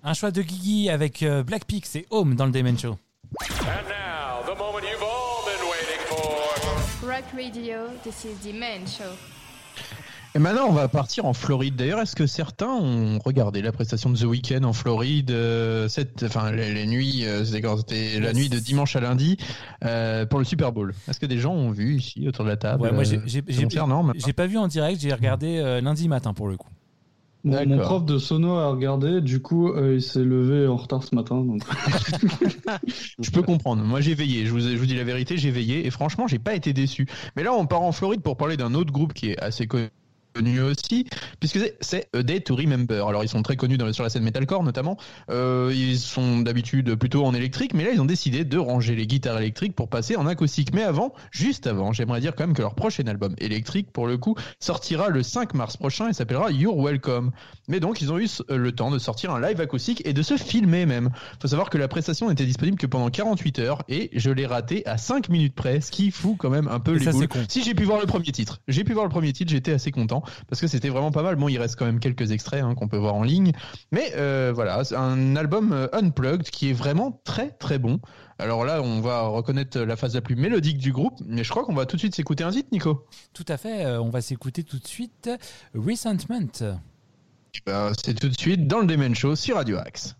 Un choix de Guigui avec euh, Blackpink, c'est Home dans le Demen Show. And now, the moment you've all been waiting for. Rock Radio, this is the Demen Show. Et maintenant, on va partir en Floride. D'ailleurs, est-ce que certains ont regardé la prestation de The Weeknd en Floride euh, cette, enfin, les, les nuits, euh, c'était quand c'était la nuit de dimanche à lundi euh, pour le Super Bowl. Est-ce que des gens ont vu ici autour de la table? Ouais, moi, j'ai, j'ai, j'ai, concert, non, j'ai pas vu en direct. J'ai regardé euh, lundi matin pour le coup. Mon, mon prof de sono a regardé, du coup, euh, il s'est levé en retard ce matin. Donc... Je peux comprendre. Moi, j'ai veillé. Je vous, je vous dis la vérité, j'ai veillé et franchement, j'ai pas été déçu. Mais là, on part en Floride pour parler d'un autre groupe qui est assez connu aussi, puisque c'est, c'est A Day to Remember. Alors ils sont très connus dans, sur la scène metalcore notamment, euh, ils sont d'habitude plutôt en électrique, mais là ils ont décidé de ranger les guitares électriques pour passer en acoustique. Mais avant, juste avant, j'aimerais dire quand même que leur prochain album électrique, pour le coup, sortira le cinq mars prochain et s'appellera You're Welcome. Mais donc ils ont eu le temps de sortir un live acoustique et de se filmer même. Faut savoir que la prestation n'était disponible que pendant quarante-huit heures et je l'ai raté à cinq minutes près, ce qui fout quand même un peu et les ça, boules. Si j'ai pu voir le premier titre, j'ai pu voir le premier titre, j'étais assez content. Parce que c'était vraiment pas mal. Bon, il reste quand même quelques extraits hein, qu'on peut voir en ligne. Mais euh, voilà, c'est un album euh, unplugged qui est vraiment très très bon. Alors là, on va reconnaître la phase la plus mélodique du groupe. Mais je crois qu'on va tout de suite s'écouter un titre, Nico. Tout à fait. Euh, on va s'écouter tout de suite Resentment. Et ben, c'est tout de suite dans le Demen Show sur Radio Axe.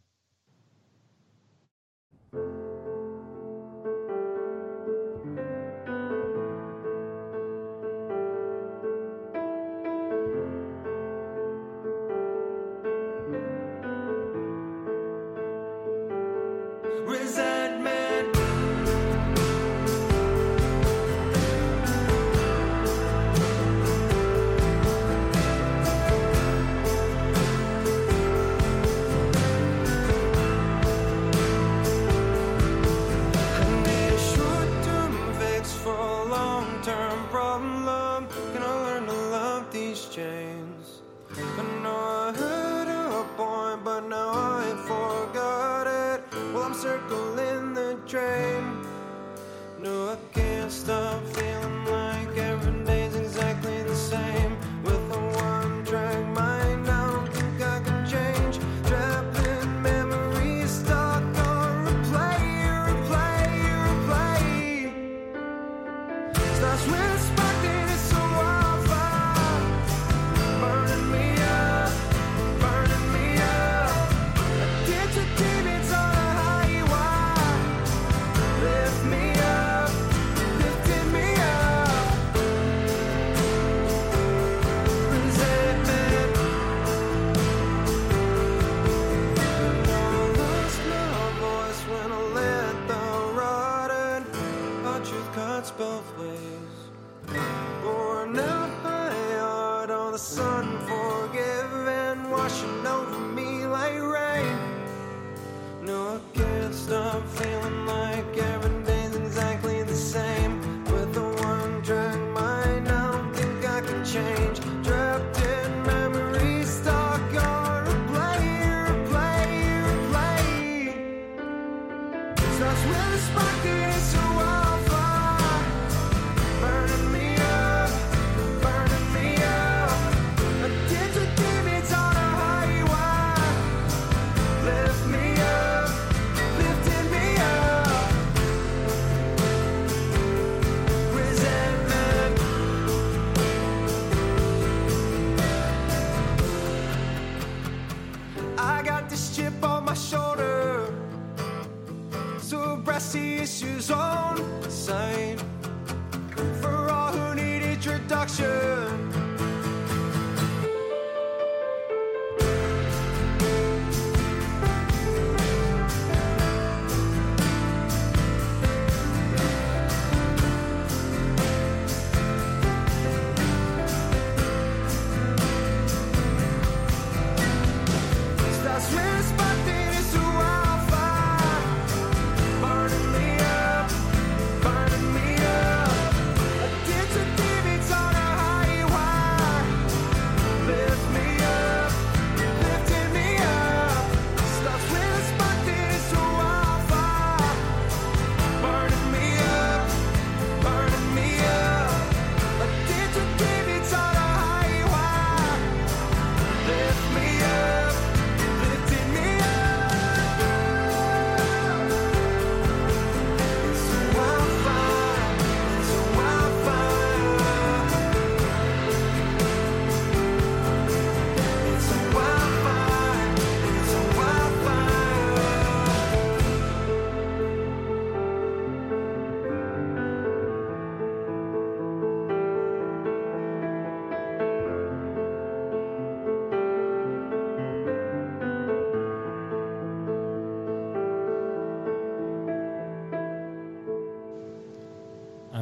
Burning me up, addicted demons on a high.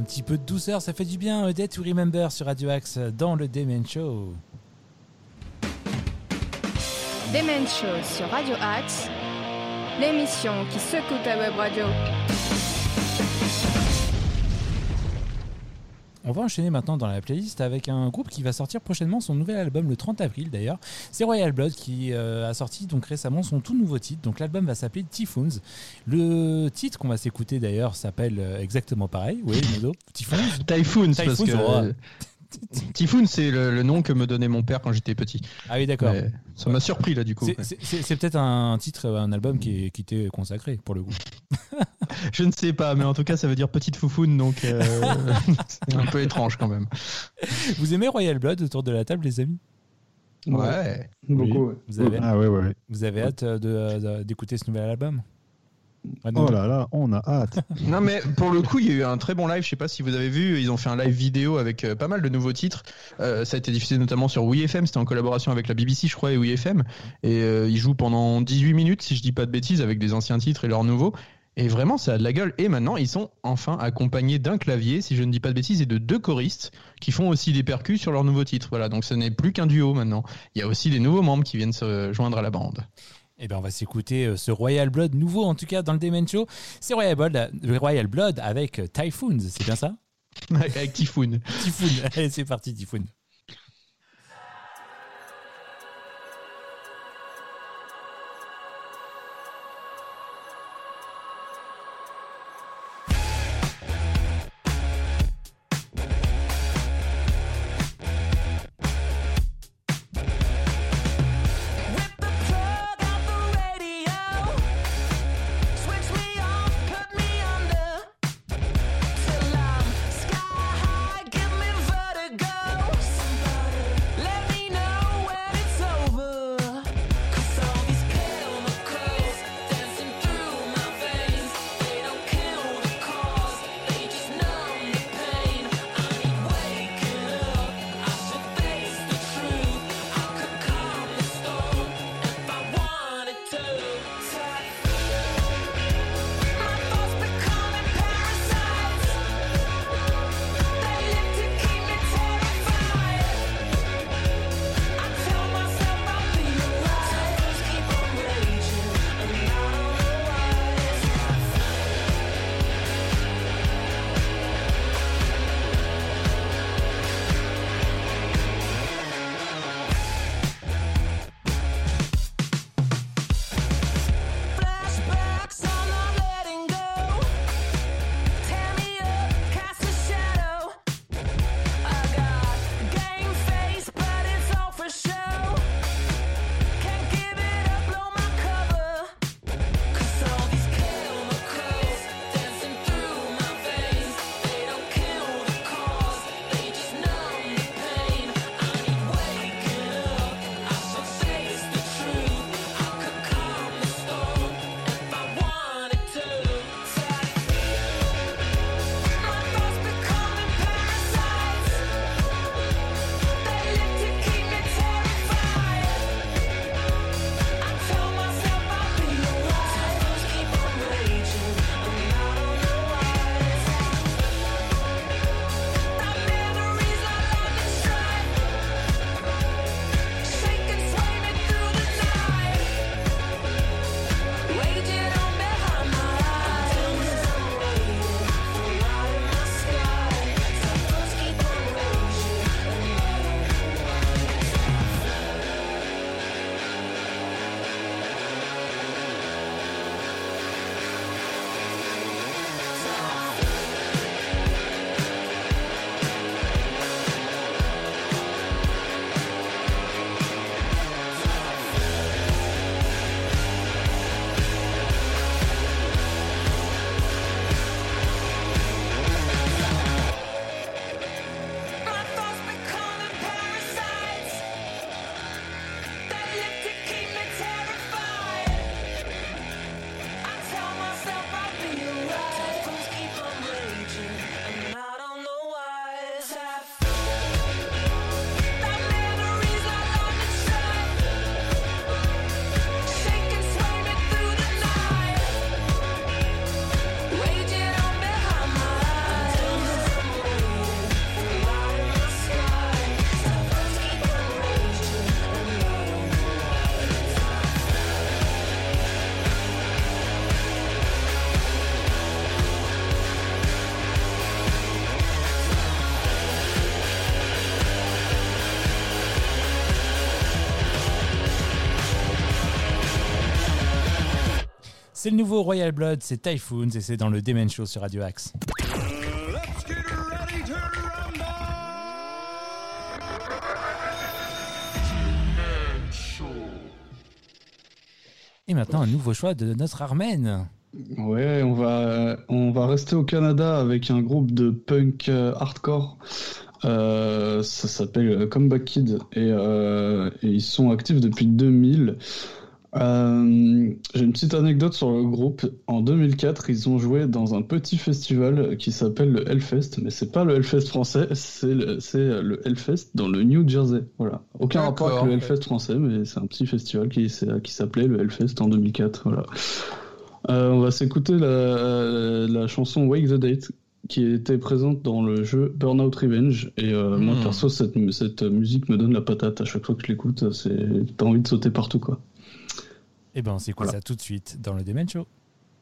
petit peu de douceur, ça fait du bien. A Day to Remember sur Radio Axe dans le Demen Show. Demen Show sur Radio Axe, l'émission qui secoue ta web radio. On va enchaîner maintenant dans la playlist avec un groupe qui va sortir prochainement son nouvel album le trente avril d'ailleurs. C'est Royal Blood qui euh, a sorti donc récemment son tout nouveau titre. Donc l'album va s'appeler Typhoons. Le titre qu'on va s'écouter d'ailleurs s'appelle euh, exactement pareil. Oui, Modo. Typhoons. Typhoons, parce Typhoons, que oh. Typhoon, c'est le, le nom que me donnait mon père quand j'étais petit. Ah oui, d'accord. Mais ça m'a surpris là du coup. C'est, c'est, c'est, c'est peut-être un titre, un album qui, est, qui t'est consacré pour le coup. Je ne sais pas, mais en tout cas ça veut dire petite foufoune, donc euh, c'est un peu étrange quand même. Vous aimez Royal Blood autour de la table, les amis ? Ouais, ouais. Beaucoup. Ouais. Vous avez, ah ouais, ouais. Vous avez hâte de, de, d'écouter ce nouvel album ? Oh là là, on a hâte. Non mais pour le coup, il y a eu un très bon live. Je sais pas si vous avez vu, ils ont fait un live vidéo avec euh, pas mal de nouveaux titres. Euh, ça a été diffusé notamment sur WeFM. C'était en collaboration avec la B B C, je crois, et WeFM. Et euh, ils jouent pendant dix-huit minutes, si je dis pas de bêtises, avec des anciens titres et leurs nouveaux. Et vraiment, ça a de la gueule. Et maintenant, ils sont enfin accompagnés d'un clavier, si je ne dis pas de bêtises, et de deux choristes qui font aussi des percus sur leurs nouveaux titres. Voilà, donc ce n'est plus qu'un duo maintenant. Il y a aussi des nouveaux membres qui viennent se joindre à la bande. Eh bien, on va s'écouter ce Royal Blood nouveau, en tout cas, dans le Demen Show. C'est Royal Blood, Royal Blood avec Typhoons, c'est bien ça ? Avec Typhoon. Typhoon, allez, c'est parti, Typhoon. Till I'm sky high, give me vertigo. C'est le nouveau Royal Blood, c'est Typhoons et c'est dans le Demen Show sur Radio Axe. Et maintenant, un nouveau choix de notre Armen. Ouais, on va, on va rester au Canada avec un groupe de punk euh, hardcore. Euh, ça s'appelle Comeback Kid et, euh, et ils sont actifs depuis deux mille. Euh, j'ai une petite anecdote sur le groupe. En deux mille quatre, ils ont joué dans un petit festival qui s'appelle le Hellfest, mais c'est pas le Hellfest français, c'est le, c'est le Hellfest dans le New Jersey. Voilà, aucun D'accord, rapport avec le Hellfest français, mais c'est un petit festival qui, qui s'appelait le Hellfest en deux mille quatre. Voilà. Euh, on va s'écouter la, la chanson Wake the Date qui était présente dans le jeu Burnout Revenge et euh, mmh. moi perso cette, cette musique me donne la patate à chaque fois que je l'écoute. C'est... T'as envie de sauter partout quoi. Et ben on s'écoute voilà. ça tout de suite dans le Demen Show.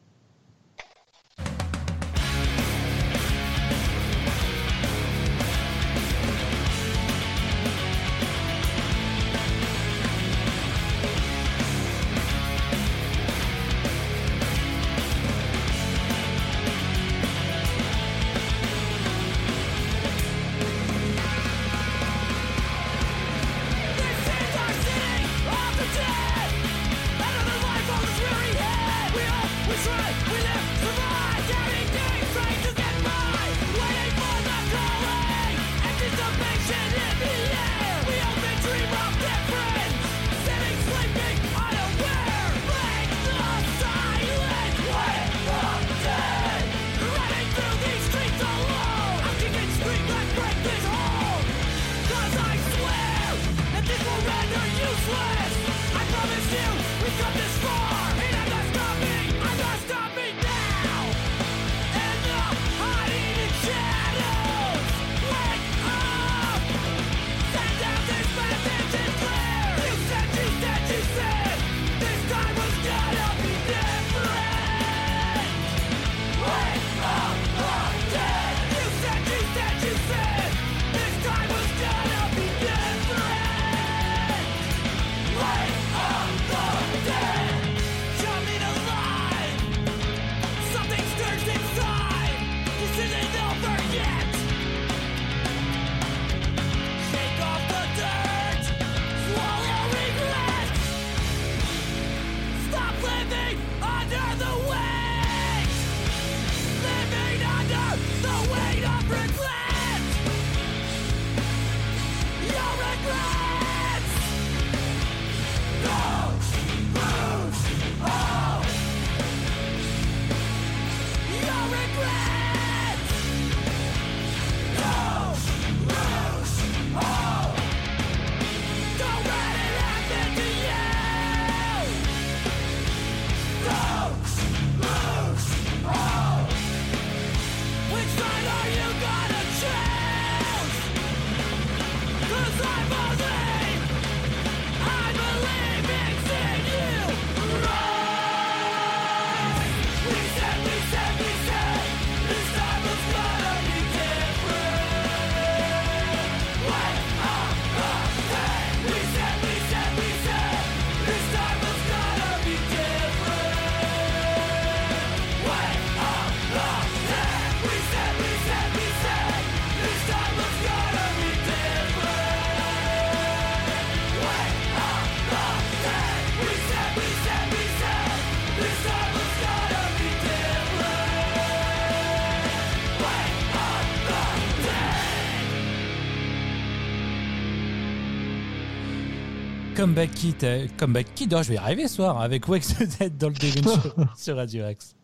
Comeback Kid, euh, Comeback Kid, oh, je vais y arriver ce soir avec Wake the Dead dans le Demen Show sur Radio Axe.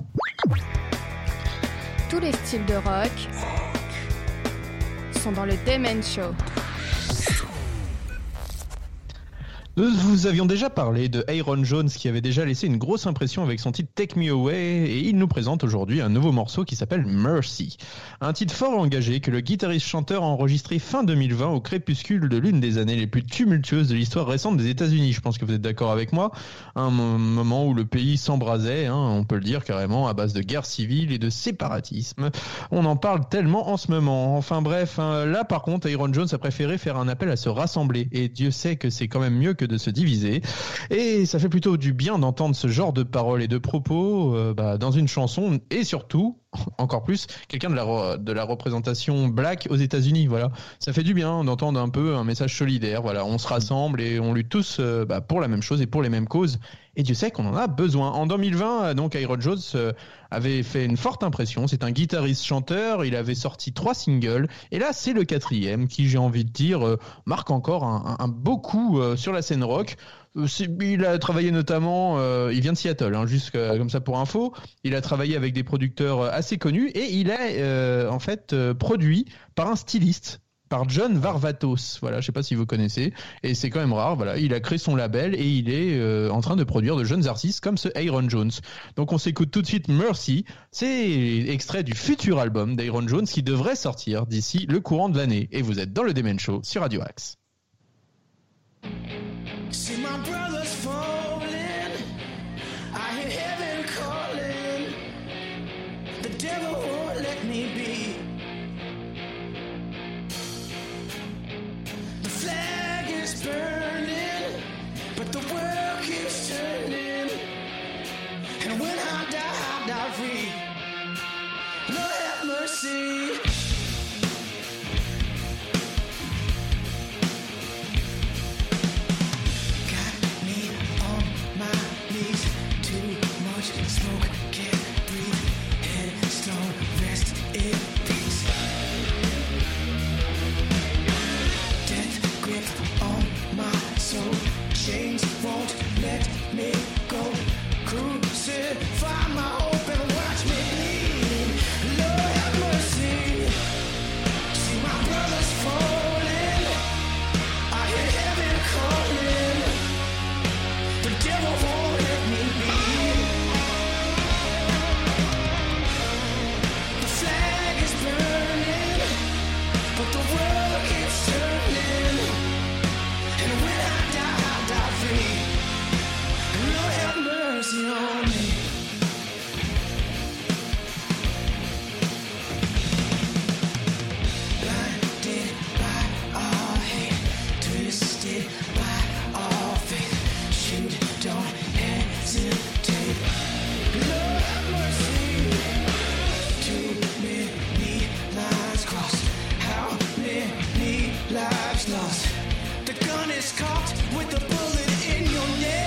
Tous les styles de rock sont dans le Demen Show. Nous vous avions déjà parlé de Aaron Jones qui avait déjà laissé une grosse impression avec son titre Take Me Away et il nous présente aujourd'hui un nouveau morceau qui s'appelle Mercy. Un titre fort engagé que le guitariste-chanteur a enregistré fin deux mille vingt au crépuscule de l'une des années les plus tumultueuses de l'histoire récente des États-Unis. Je pense que vous êtes d'accord avec moi. Un moment où le pays s'embrasait, hein, on peut le dire carrément, à base de guerre civile et de séparatisme. On en parle tellement en ce moment. Enfin bref, hein, là par contre, Aaron Jones a préféré faire un appel à se rassembler et Dieu sait que c'est quand même mieux que de se diviser. Et ça fait plutôt du bien d'entendre ce genre de paroles et de propos euh, bah, dans une chanson, et surtout, encore plus, quelqu'un de la, de la représentation black aux États-Unis. Voilà, ça fait du bien d'entendre un peu un message solidaire. Voilà, on se rassemble et on lutte tous euh, bah, pour la même chose et pour les mêmes causes. Et Dieu sait qu'on en a besoin. En deux mille vingt, donc Iron Jones euh, avait fait une forte impression. C'est un guitariste-chanteur. Il avait sorti trois singles. Et là, c'est le quatrième qui, j'ai envie de dire, euh, marque encore un, un, un beau coup euh, sur la scène rock. C'est, il a travaillé notamment, euh, il vient de Seattle, hein, juste euh, comme ça pour info. Il a travaillé avec des producteurs assez connus et il est euh, en fait euh, produit par un styliste, par John Varvatos. Voilà, je sais pas si vous connaissez, et c'est quand même rare. Voilà, il a créé son label et il est euh, en train de produire de jeunes artistes comme ce Iron Jones. Donc on s'écoute tout de suite Mercy. C'est extrait du futur album d'Iron Jones qui devrait sortir d'ici le courant de l'année. Et vous êtes dans le Demen Show sur Radio Axe. See my brothers falling, I hear heaven calling, the devil won't let me be. The flag is burning, but the world keeps turning, and when I die, I die free. Lord have mercy. Smoke, can't breathe, headstone, rest in peace. Death grip on my soul, chains won't let me go. Crucify my hope and watch me bleed. Lord have mercy. See my brothers falling, I hear heaven calling. The devil won't let me be. On me. Blinded by our hate, twisted by our faith. Shoot, don't hesitate. Lord have mercy. Too many lives crossed. How many lives lost? The gun is cocked with the bullet in your neck.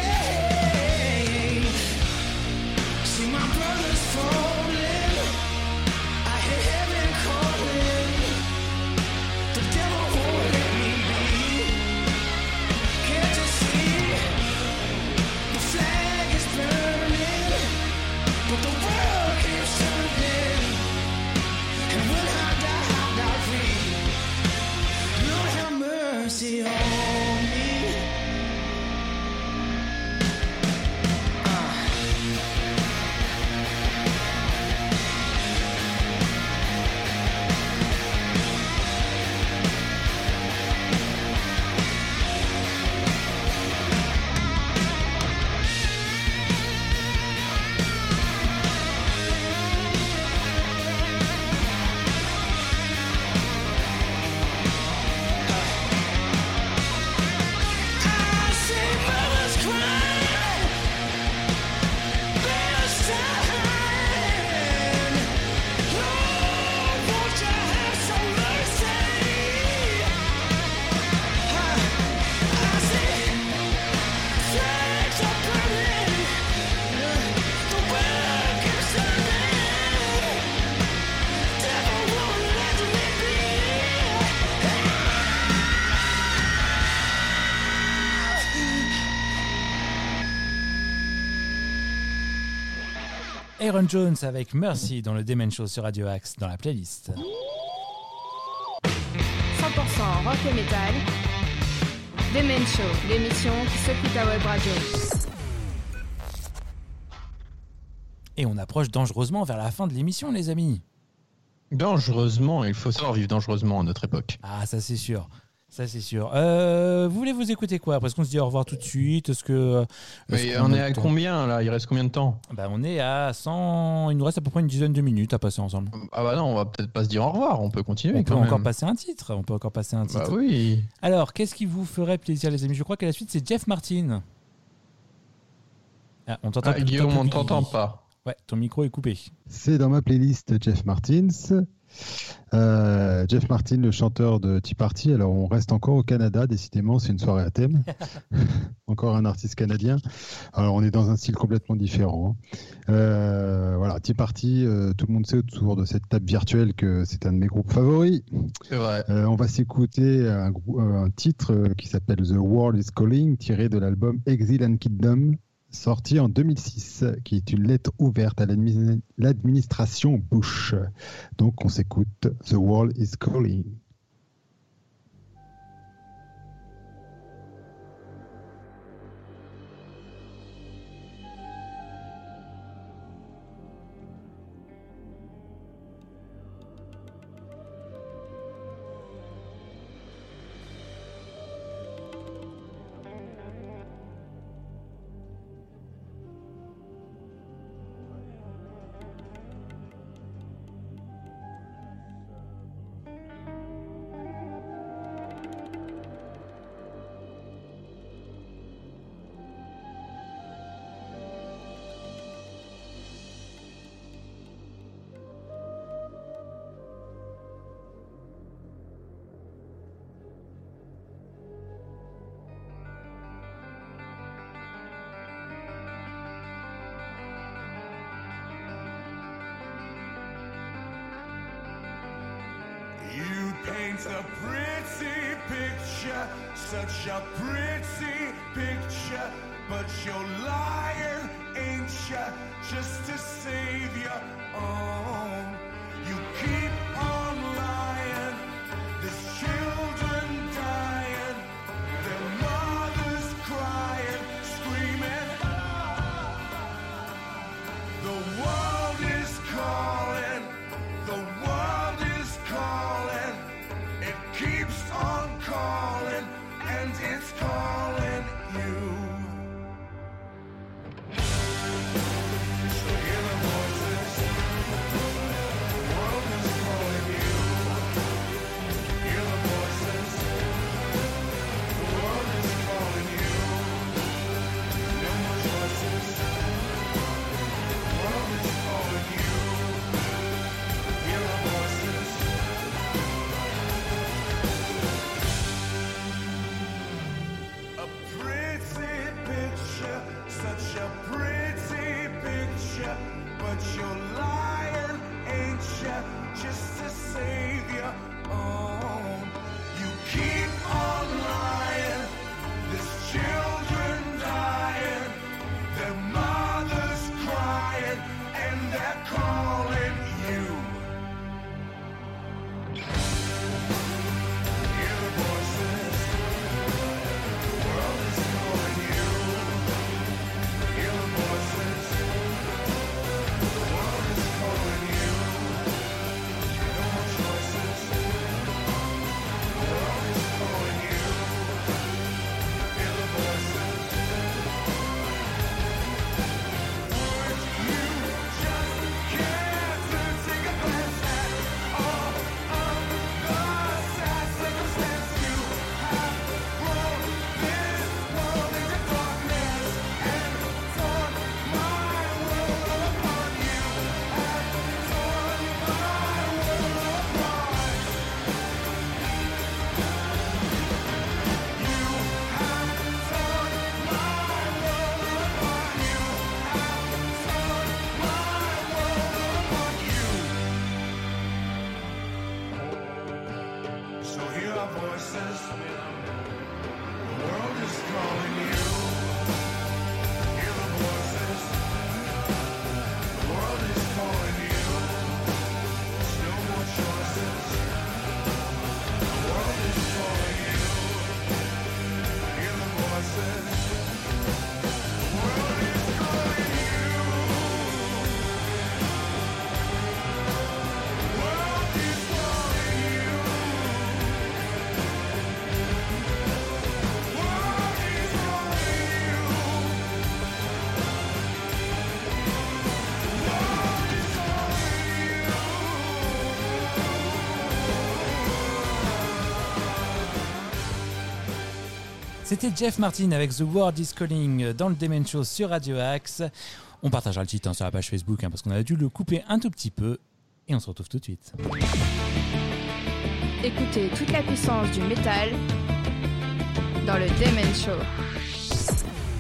Mercy on me. Iron Jones avec Mercy dans le Demen Show sur Radio Axe dans la playlist. cent pour cent rock et metal. Demen Show, l'émission qui secoue ta web radio. Et on approche dangereusement vers la fin de l'émission, les amis. Dangereusement, il faut savoir vivre dangereusement à notre époque. Ah, ça c'est sûr. Ça, c'est sûr. Euh, vous voulez vous écouter quoi? Parce qu'on se dit au revoir tout de suite. Est-ce que. Mais est-ce on est à temps combien là? Il reste combien de temps? Bah, on est à cent. Il nous reste à peu près une dizaine de minutes à passer ensemble. Ah bah non, on va peut-être pas se dire au revoir. On peut continuer. On peut quand encore même. passer un titre. On peut encore passer un titre. Bah oui. Alors, qu'est-ce qui vous ferait plaisir, les amis? Je crois qu'à la suite, c'est Jeff Martin. Ah, on t'entend ah, plus. Guillaume, on ne t'entend pas. Ouais, ton micro est coupé. C'est dans ma playlist Jeff Martins. Euh, Jeff Martin, le chanteur de Tea Party. Alors, on reste encore au Canada, décidément, c'est une soirée à thème. Encore un artiste canadien. Alors, on est dans un style complètement différent. Euh, voilà, Tea Party, euh, tout le monde sait autour de cette table virtuelle que c'est un de mes groupes favoris. C'est vrai. Euh, on va s'écouter un, un titre qui s'appelle The World is Calling, tiré de l'album Exile and Kingdom, sorti en deux mille six, qui est une lettre ouverte à l'admi- l'administration Bush. Donc on s'écoute The World is Calling. You paint a pretty picture, such a pretty picture, but you're lying, ain't ya, just to save your own. You keep on lying, there's children dying, their mothers crying, screaming. The world is calling, the world is calling, it keeps on calling, and it's calling you. So hear the voices C'était Jeff Martin avec The World is Calling dans le Demen Show sur Radio Axe. On partagera le titre hein, sur la page Facebook hein, parce qu'on a dû le couper un tout petit peu et on se retrouve tout de suite. Écoutez toute la puissance du métal dans le Demen Show.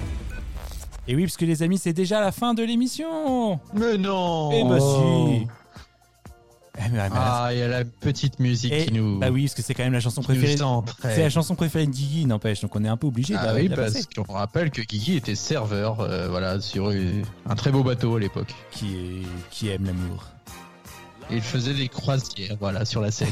Et oui, parce que les amis, c'est déjà la fin de l'émission. Mais non. Eh bah oh. si. Eh ben, ah, il y a la petite musique et, qui nous. Bah oui, parce que c'est quand même la chanson préférée. C'est la chanson préférée de Guigui, n'empêche. Donc on est un peu obligé. Ah de, oui, de parce passer. qu'on rappelle que Guigui était serveur, euh, voilà, sur un très beau bateau à l'époque. Qui est, qui aime l'amour. Et il faisait des croisières, voilà, sur la Seine.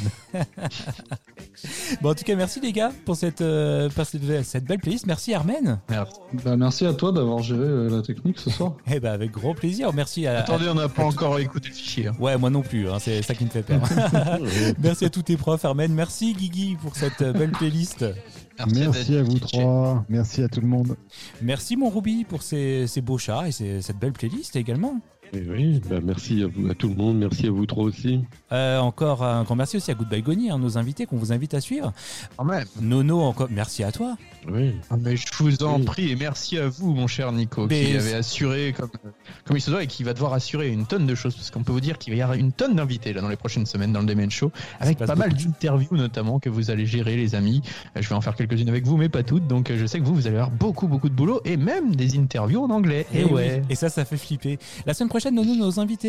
Bon, en tout cas, merci les gars pour cette, euh, pour cette, cette belle playlist. Merci Armen. Merci. Bah, merci à toi d'avoir géré euh, la technique ce soir. Eh bah, avec grand plaisir. Merci à. Attendez, à... on n'a pas encore écouté le fichier. Hein. Ouais, moi non plus. Hein, c'est ça qui me fait peur. Merci à tous tes profs, Armen. Merci Guigui pour cette belle playlist. Merci, merci à vous trois. Merci à tout le monde. Merci mon Ruby pour ces, ces beaux chats et ces, cette belle playlist également. Et oui, bah merci à, vous, à tout le monde, merci à vous trois aussi. Euh, encore un grand merci aussi à Goodbye Goni, hein, nos invités qu'on vous invite à suivre. Quand même. Nono, encore merci à toi. Oui. Ah, mais je vous en oui. prie et merci à vous, mon cher Nico, mais qui avait assuré comme, comme il se doit et qui va devoir assurer une tonne de choses, parce qu'on peut vous dire qu'il va y avoir une tonne d'invités là dans les prochaines semaines dans le Demen Show, avec pas mal d'interviews notamment que vous allez gérer, les amis. Je vais en faire quelques-unes avec vous, mais pas toutes, donc je sais que vous, vous allez avoir beaucoup, beaucoup de boulot et même des interviews en anglais. Et, et ouais. Oui. Et ça, ça fait flipper. La semaine prochaine, Nono, nos invités.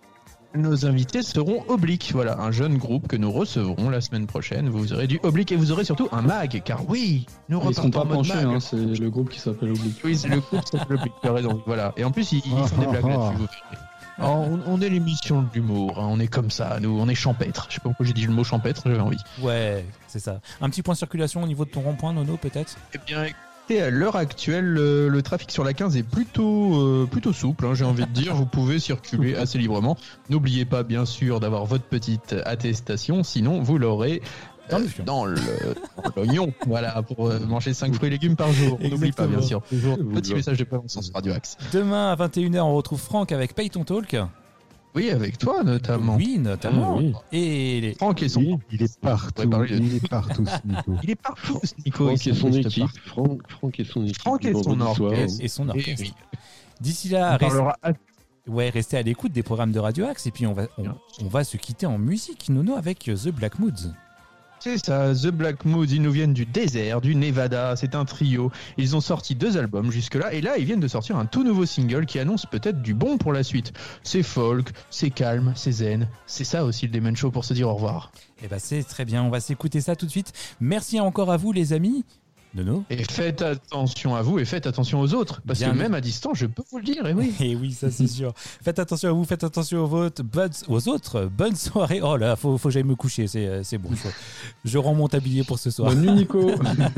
Nos invités seront Oblique, voilà, un jeune groupe que nous recevrons la semaine prochaine. Vous aurez du Oblique et vous aurez surtout un mag, car oui, nous ils sont pas en mode penchés, mag. Hein, c'est le groupe qui s'appelle Oblique. Oui, c'est le groupe qui s'appelle Oblique, tu as raison, voilà. Et en plus, ils, ils font des blagues là-dessus. Vous Alors, on, on est l'émission de l'humour, hein, on est comme ça, nous, on est champêtre. Je sais pas pourquoi j'ai dit le mot champêtre, j'avais envie. Ouais, c'est ça. Un petit point de circulation au niveau de ton rond-point, Nono, peut-être ? Eh bien, et à l'heure actuelle, le, le trafic sur la quinze est plutôt, euh, plutôt souple, hein, j'ai envie de dire. Vous pouvez circuler assez librement. N'oubliez pas, bien sûr, d'avoir votre petite attestation, sinon vous l'aurez euh, dans le dans l'oignon, voilà, pour euh, manger cinq fruits et légumes par jour. On n'oublie pas, bien sûr. Toujours. Petit message de prévention sur Radio Axe. Demain à vingt et une heures, on retrouve Franck avec Pay Ton Talk. Oui, avec toi notamment. Oui, notamment. Ah, oui. Et les... Franck et son. Oui, il est partout. Il est partout, Nico. Il est partout, Nico. Franck et son équipe. Franck, Franck et son équipe. Franck et son orchestre. Et son orchestre. Oui. D'ici là, reste... ouais, restez à l'écoute des programmes de Radio Axe et puis on va, on, on va se quitter en musique, Nono, avec The Black Moods. C'est ça, The Black Moods, ils nous viennent du désert, du Nevada, c'est un trio. Ils ont sorti deux albums jusque-là, et là, ils viennent de sortir un tout nouveau single qui annonce peut-être du bon pour la suite. C'est folk, c'est calme, c'est zen. C'est ça aussi le Demen Show pour se dire au revoir. Eh ben c'est très bien, on va s'écouter ça tout de suite. Merci encore à vous les amis. Nono. Et faites attention à vous et faites attention aux autres. Parce Bien que même à distance, je peux vous le dire, et oui. Et oui, ça c'est sûr. Faites attention à vous, faites attention aux, votes, bonnes, aux autres. Bonne soirée. Oh là, faut, faut que j'aille me coucher, c'est, c'est bon. Faut... Je rends mon tablier pour ce soir. Bonne nuit, Nico.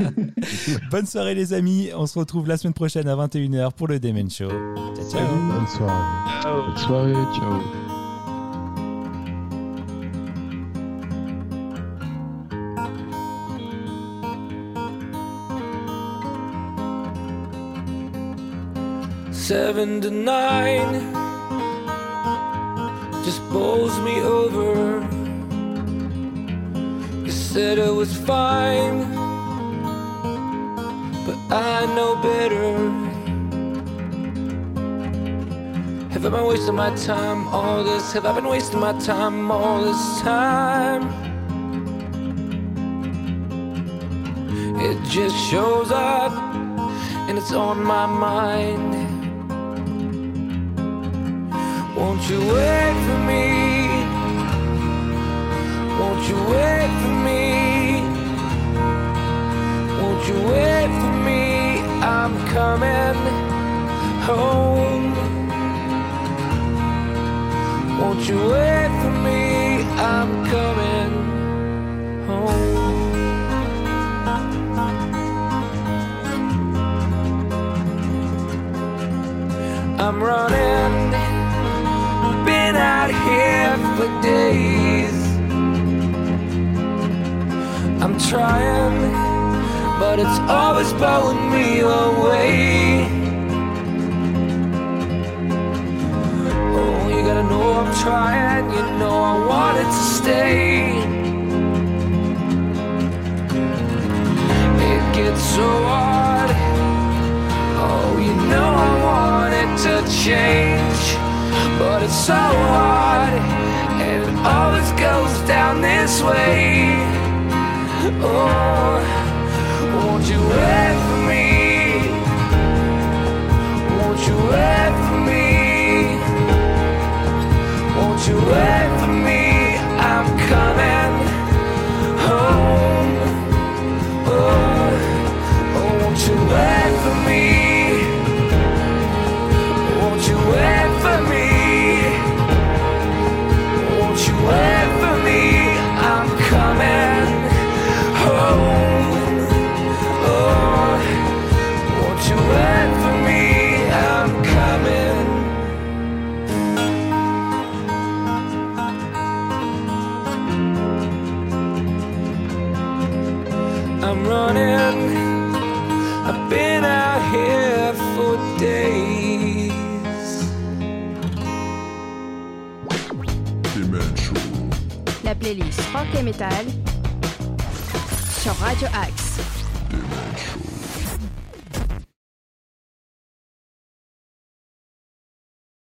Bonne soirée les amis. On se retrouve la semaine prochaine à vingt et une heures pour le Demen Show. Ciao, ciao. Bonne soirée. Ciao. Bonne soirée, ciao. Seven to nine just bowls me over. You said it was fine, but I know better. Have I been wasting my time all this? Have I been wasting my time all this time? It just shows up and it's on my mind. Won't you wait for me? Won't you wait for me? Won't you wait for me? I'm coming home. Won't you wait for me? I'm coming home. I'm running, been out here for days. I'm trying, but it's always blowing me away. Oh, you gotta know I'm trying, you know I wanted to stay. It gets so hard you know I want it to change, but it's so hard, and it always goes down this way. Oh, won't you wait for me? Won't you wait for me? Won't you wait for me? I'm coming home. Oh, oh, won't you wait for me? Won't you wait for me? Won't you wait for me? I'm coming home. Oh, won't you wait for me? I'm coming. I'm running. I've been out here for days. Demen Show. La playlist rock et metal sur Radio Axe. Demen Show.